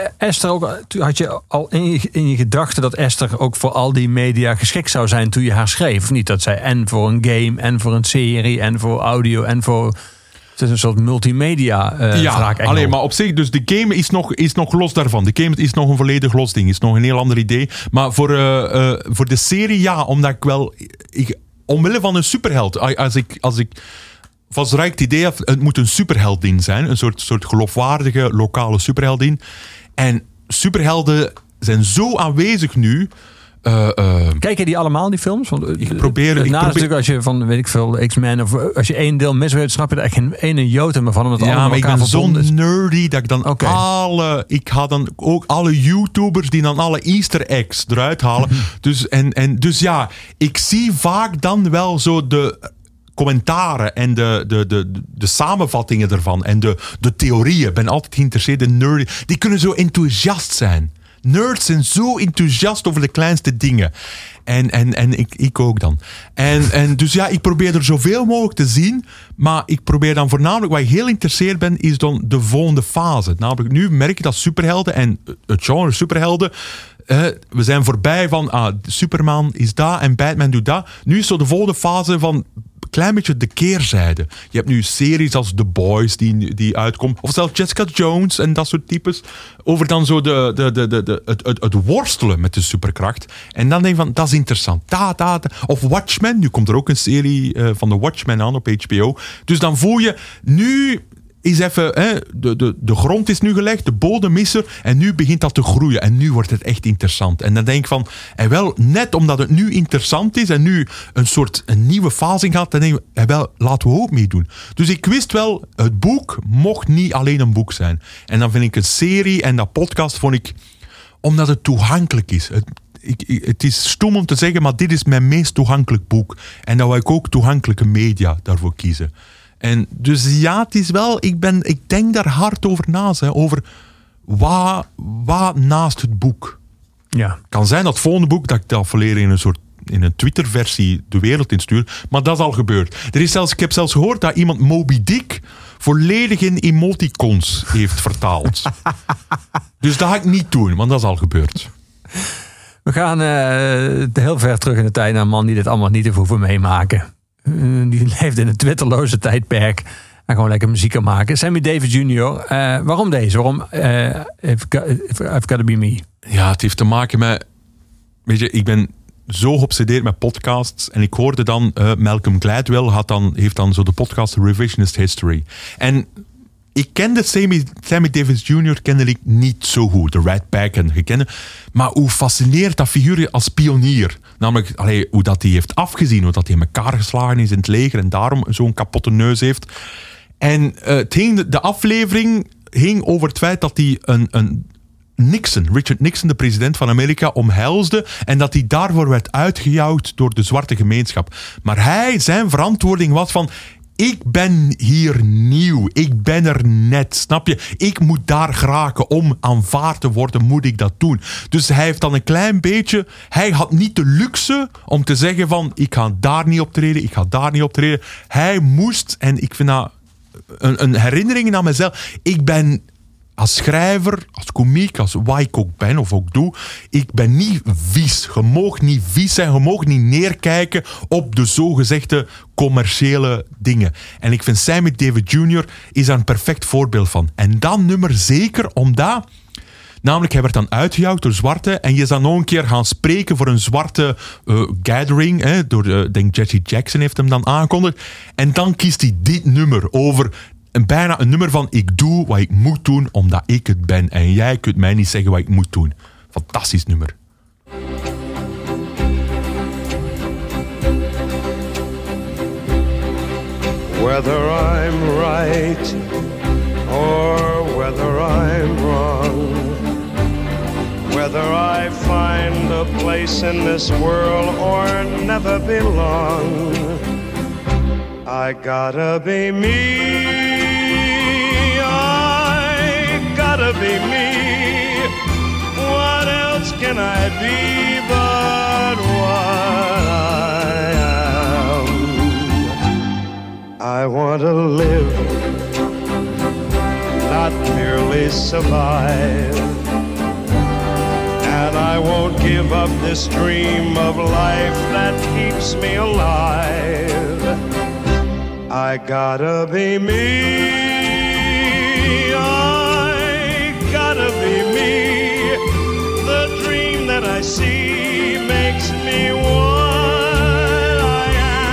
Speaker 2: had je al in je gedachten dat Esther ook voor al die media geschikt zou zijn toen je haar schreef? Of niet? Dat zij en voor een game, en voor een serie, en voor audio, en voor... Het is een soort multimedia wraakengel.
Speaker 3: Alleen maar op zich, dus de game is nog los daarvan. De game is nog een volledig los ding. Is nog een heel ander idee. Maar voor de serie, ja, omdat ik wel... omwille van een superheld. Als ik vastelijk het idee heb, het moet een superheldin zijn. Een soort geloofwaardige lokale superheldin. En superhelden zijn zo aanwezig nu...
Speaker 2: Kijk je die allemaal, die films? Want
Speaker 3: ik probeer
Speaker 2: natuurlijk als je van, weet ik veel, X-Men... of als je één deel mis weet, snap je er echt geen ene jota meer van. Omdat
Speaker 3: ja, maar ik ben zo
Speaker 2: is.
Speaker 3: nerdy dat ik dan ik ga dan ook alle YouTubers die dan alle Easter eggs eruit halen. Dus ja, ik zie vaak dan wel zo de commentaren en de samenvattingen ervan en de theorieën. Ik ben altijd geïnteresseerd in nerdy. Die kunnen zo enthousiast zijn. Nerds zijn zo enthousiast over de kleinste dingen. En ik ook dan. En dus ja, ik probeer er zoveel mogelijk te zien. Maar ik probeer dan voornamelijk... Wat ik heel geïnteresseerd ben, is dan de volgende fase. Namelijk, nu merk ik dat superhelden en het genre superhelden... we zijn voorbij van... Superman is dat en Batman doet dat. Nu is zo de volgende fase van... klein beetje de keerzijde. Je hebt nu series als The Boys die uitkomt. Of zelfs Jessica Jones en dat soort types. Over dan zo het worstelen met de superkracht. En dan denk je van, dat is interessant. Of Watchmen. Nu komt er ook een serie van de Watchmen aan op HBO. Dus dan voel je, nu is even... de grond is nu gelegd, de bodem is er. En nu begint dat te groeien. En nu wordt het echt interessant. En dan denk ik van... En wel, net omdat het nu interessant is... en nu een nieuwe fase gaat... dan denk ik, en wel, laten we ook meedoen. Dus ik wist wel... het boek mocht niet alleen een boek zijn. En dan vind ik een serie en dat podcast vond ik... omdat het toegankelijk is. Het is stom om te zeggen... maar dit is mijn meest toegankelijk boek. En dan wil ik ook toegankelijke media daarvoor kiezen. En dus ja, het is wel... Ik denk daar hard over na. Over wat naast het boek.
Speaker 2: Ja.
Speaker 3: Het kan zijn dat het volgende boek... dat ik dat volledig in een Twitter-versie de wereld instuur. Maar dat is al gebeurd. Ik heb zelfs gehoord dat iemand Moby Dick... volledig in emoticons heeft vertaald. Dus dat ga ik niet doen, want dat is al gebeurd.
Speaker 2: We gaan heel ver terug in de tijd naar een man die dit allemaal niet heeft hoeven meemaken. Die leeft in een twitterloze tijdperk en gewoon lekker muziek kan maken. Sammy Davis Jr. Waarom deze? Waarom I've Gotta Be Me?
Speaker 3: Ja, het heeft te maken met... Weet je, ik ben zo geobsedeerd met podcasts. En ik hoorde dan... Malcolm Gladwell heeft dan zo de podcast Revisionist History. En ik kende Sammy Davis Jr. kende ik niet zo goed. De Rat Pack en gekende. Maar hoe fascineert dat figuur als pionier. Namelijk hoe dat hij heeft afgezien. Hoe dat hij in elkaar geslagen is in het leger. En daarom zo'n kapotte neus heeft. En de aflevering ging over het feit dat hij Richard Nixon, de president van Amerika, omhelsde. En dat hij daarvoor werd uitgejouwd door de zwarte gemeenschap. Maar zijn verantwoording was van... Ik ben hier nieuw. Ik ben er net. Snap je? Ik moet daar geraken. Om aanvaard te worden, moet ik dat doen. Dus hij heeft dan een klein beetje... Hij had niet de luxe om te zeggen van... Ik ga daar niet optreden. Ik ga daar niet optreden. Hij moest... En ik vind dat een herinnering aan mezelf. Ik ben... Als schrijver, als komiek, als wat ik ook ben of ook doe, ik ben niet vies. Je mag niet vies zijn, je mag niet neerkijken op de zogezegde commerciële dingen. En ik vind Sammy Davis Jr. is daar een perfect voorbeeld van. En dat nummer zeker omdat... Namelijk, hij werd dan uitgejouwd door zwarte en je is dan nog een keer gaan spreken voor een zwarte gathering. Denk Jesse Jackson heeft hem dan aangekondigd. En dan kiest hij dit nummer over... bijna een nummer van ik doe wat ik moet doen omdat ik het ben. En jij kunt mij niet zeggen wat ik moet doen. Fantastisch nummer.
Speaker 4: Whether I'm right or whether I'm wrong, whether I find a place in this world or never belong, I gotta be me. Gotta be me. What else can I be but what I want to live, not merely survive. And I won't give up this dream of life that keeps me alive. I gotta be me. I gotta be me. The dream that I see makes me what I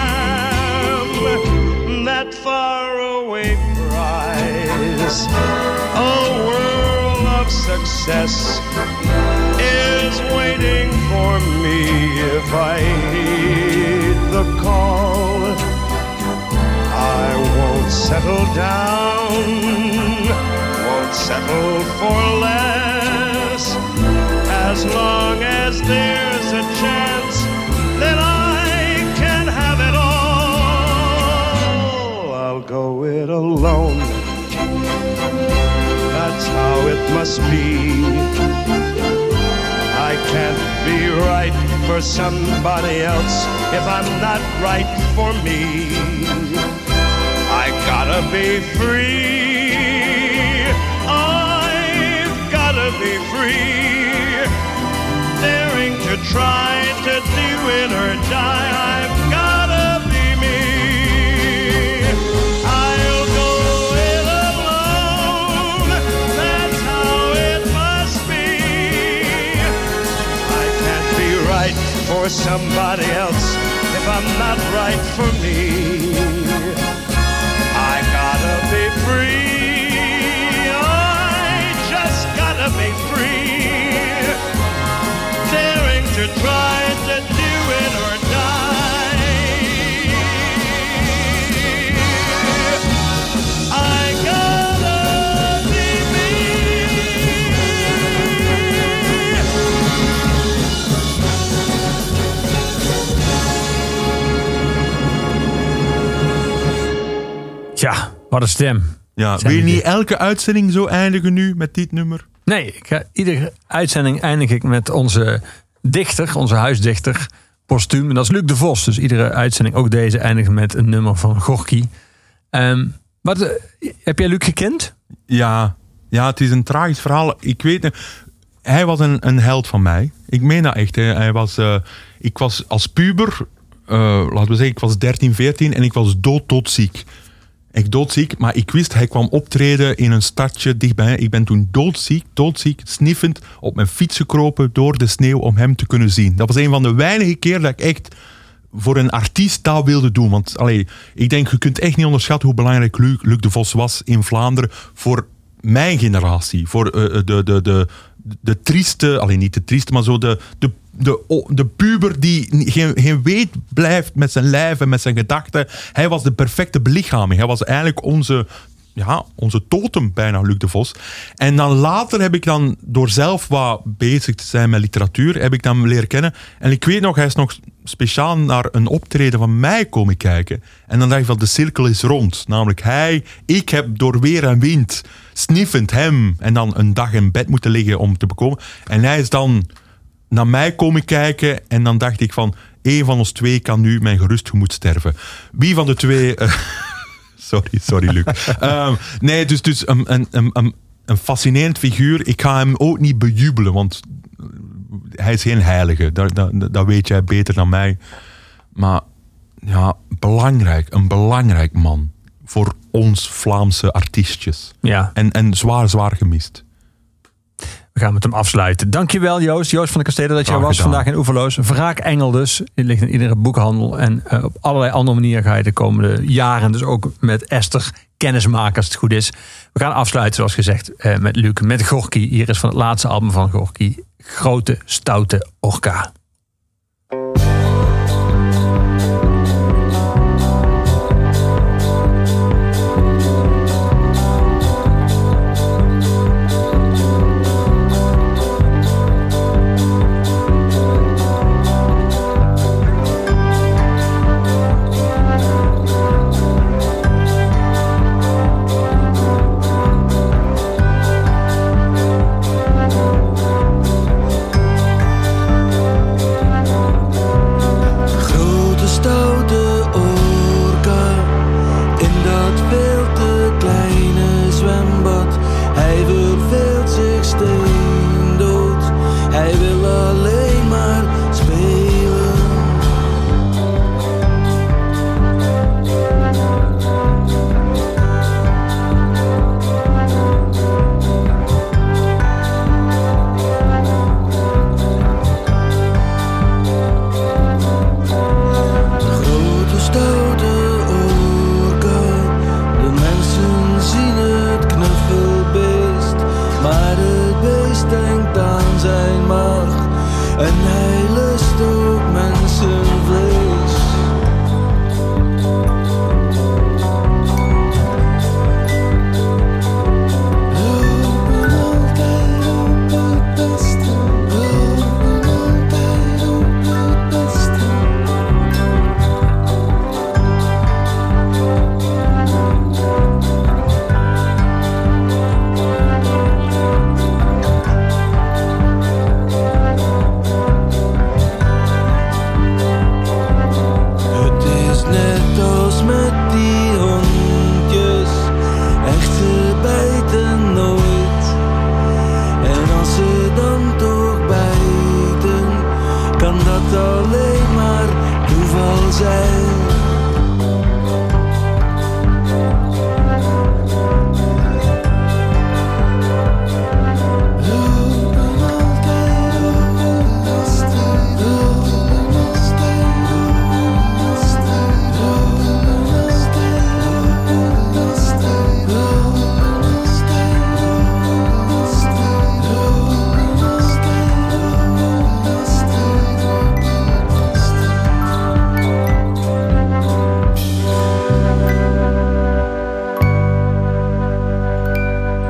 Speaker 4: am. That faraway prize, a world of success, is waiting for me if I heed the call. I won't settle down, won't settle for less, as long as there's a chance that I can have it all. I'll go it alone, that's how it must be. I can't be right for somebody else if I'm not right for me. I gotta be free. I've gotta be free. Daring to try to do it or die. I've gotta be me. I'll go it alone. That's how it must be. I can't be right for somebody else if I'm not right for me. I gotta be free. I just gotta be free. Daring to try to do it or die. I gotta be me.
Speaker 2: Tja, wat een stem.
Speaker 3: Ja,
Speaker 2: Zijn
Speaker 3: wil je
Speaker 2: die-
Speaker 3: niet elke uitzending zo eindigen nu met dit nummer?
Speaker 2: Nee, iedere uitzending eindig ik met onze dichter, onze huisdichter, postuum. En dat is Luc de Vos. Dus iedere uitzending, ook deze, eindigt met een nummer van Gorky. Heb jij Luc gekend?
Speaker 3: Ja, het is een tragisch verhaal. Ik weet niet, hij was een held van mij. Ik meen dat echt. Hè. Ik was als puber, laten we zeggen, ik was 13, 14 en ik was doodziek. Echt doodziek, maar ik wist, hij kwam optreden in een stadje dichtbij. Ik ben toen doodziek, sniffend op mijn fiets gekropen door de sneeuw om hem te kunnen zien. Dat was een van de weinige keer dat ik echt voor een artiest dat wilde doen. Want ik denk, je kunt echt niet onderschatten hoe belangrijk Luc de Vos was in Vlaanderen voor mijn generatie. Voor de trieste, niet de trieste, maar zo de puber die geen weet blijft met zijn lijf en met zijn gedachten. Hij was de perfecte belichaming. Hij was eigenlijk onze totem bijna, Luc de Vos. En dan later heb ik dan, door zelf wat bezig te zijn met literatuur, heb ik dan leren kennen. En ik weet nog, hij is nog speciaal naar een optreden van mij komen kijken. En dan dacht ik van, de cirkel is rond. Namelijk ik heb door weer en wind, sniffend hem, en dan een dag in bed moeten liggen om te bekomen. En hij is dan naar mij komen kijken en dan dacht ik van, één van ons twee kan nu mijn gerust gemoed sterven. Wie van de twee... Sorry Luc. Nee, dus een fascinerend figuur. Ik ga hem ook niet bejubelen, want hij is geen heilige. Dat weet jij beter dan mij. Maar ja, een belangrijk man voor ons Vlaamse artiestjes.
Speaker 2: Ja.
Speaker 3: En zwaar gemist.
Speaker 2: We gaan met hem afsluiten. Dankjewel Joost van de Kastelen dat je er was vandaag in Oeverloos. Wraakengel dus. Die ligt in iedere boekhandel. En op allerlei andere manieren ga je de komende jaren dus ook met Esther kennis maken als het goed is. We gaan afsluiten zoals gezegd met Luc, met Gorky. Hier is van het laatste album van Gorky. Grote, stoute orka.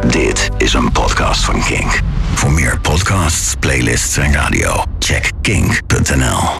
Speaker 1: Dit is een podcast van Kink. Voor meer podcasts, playlists en radio, check kink.nl.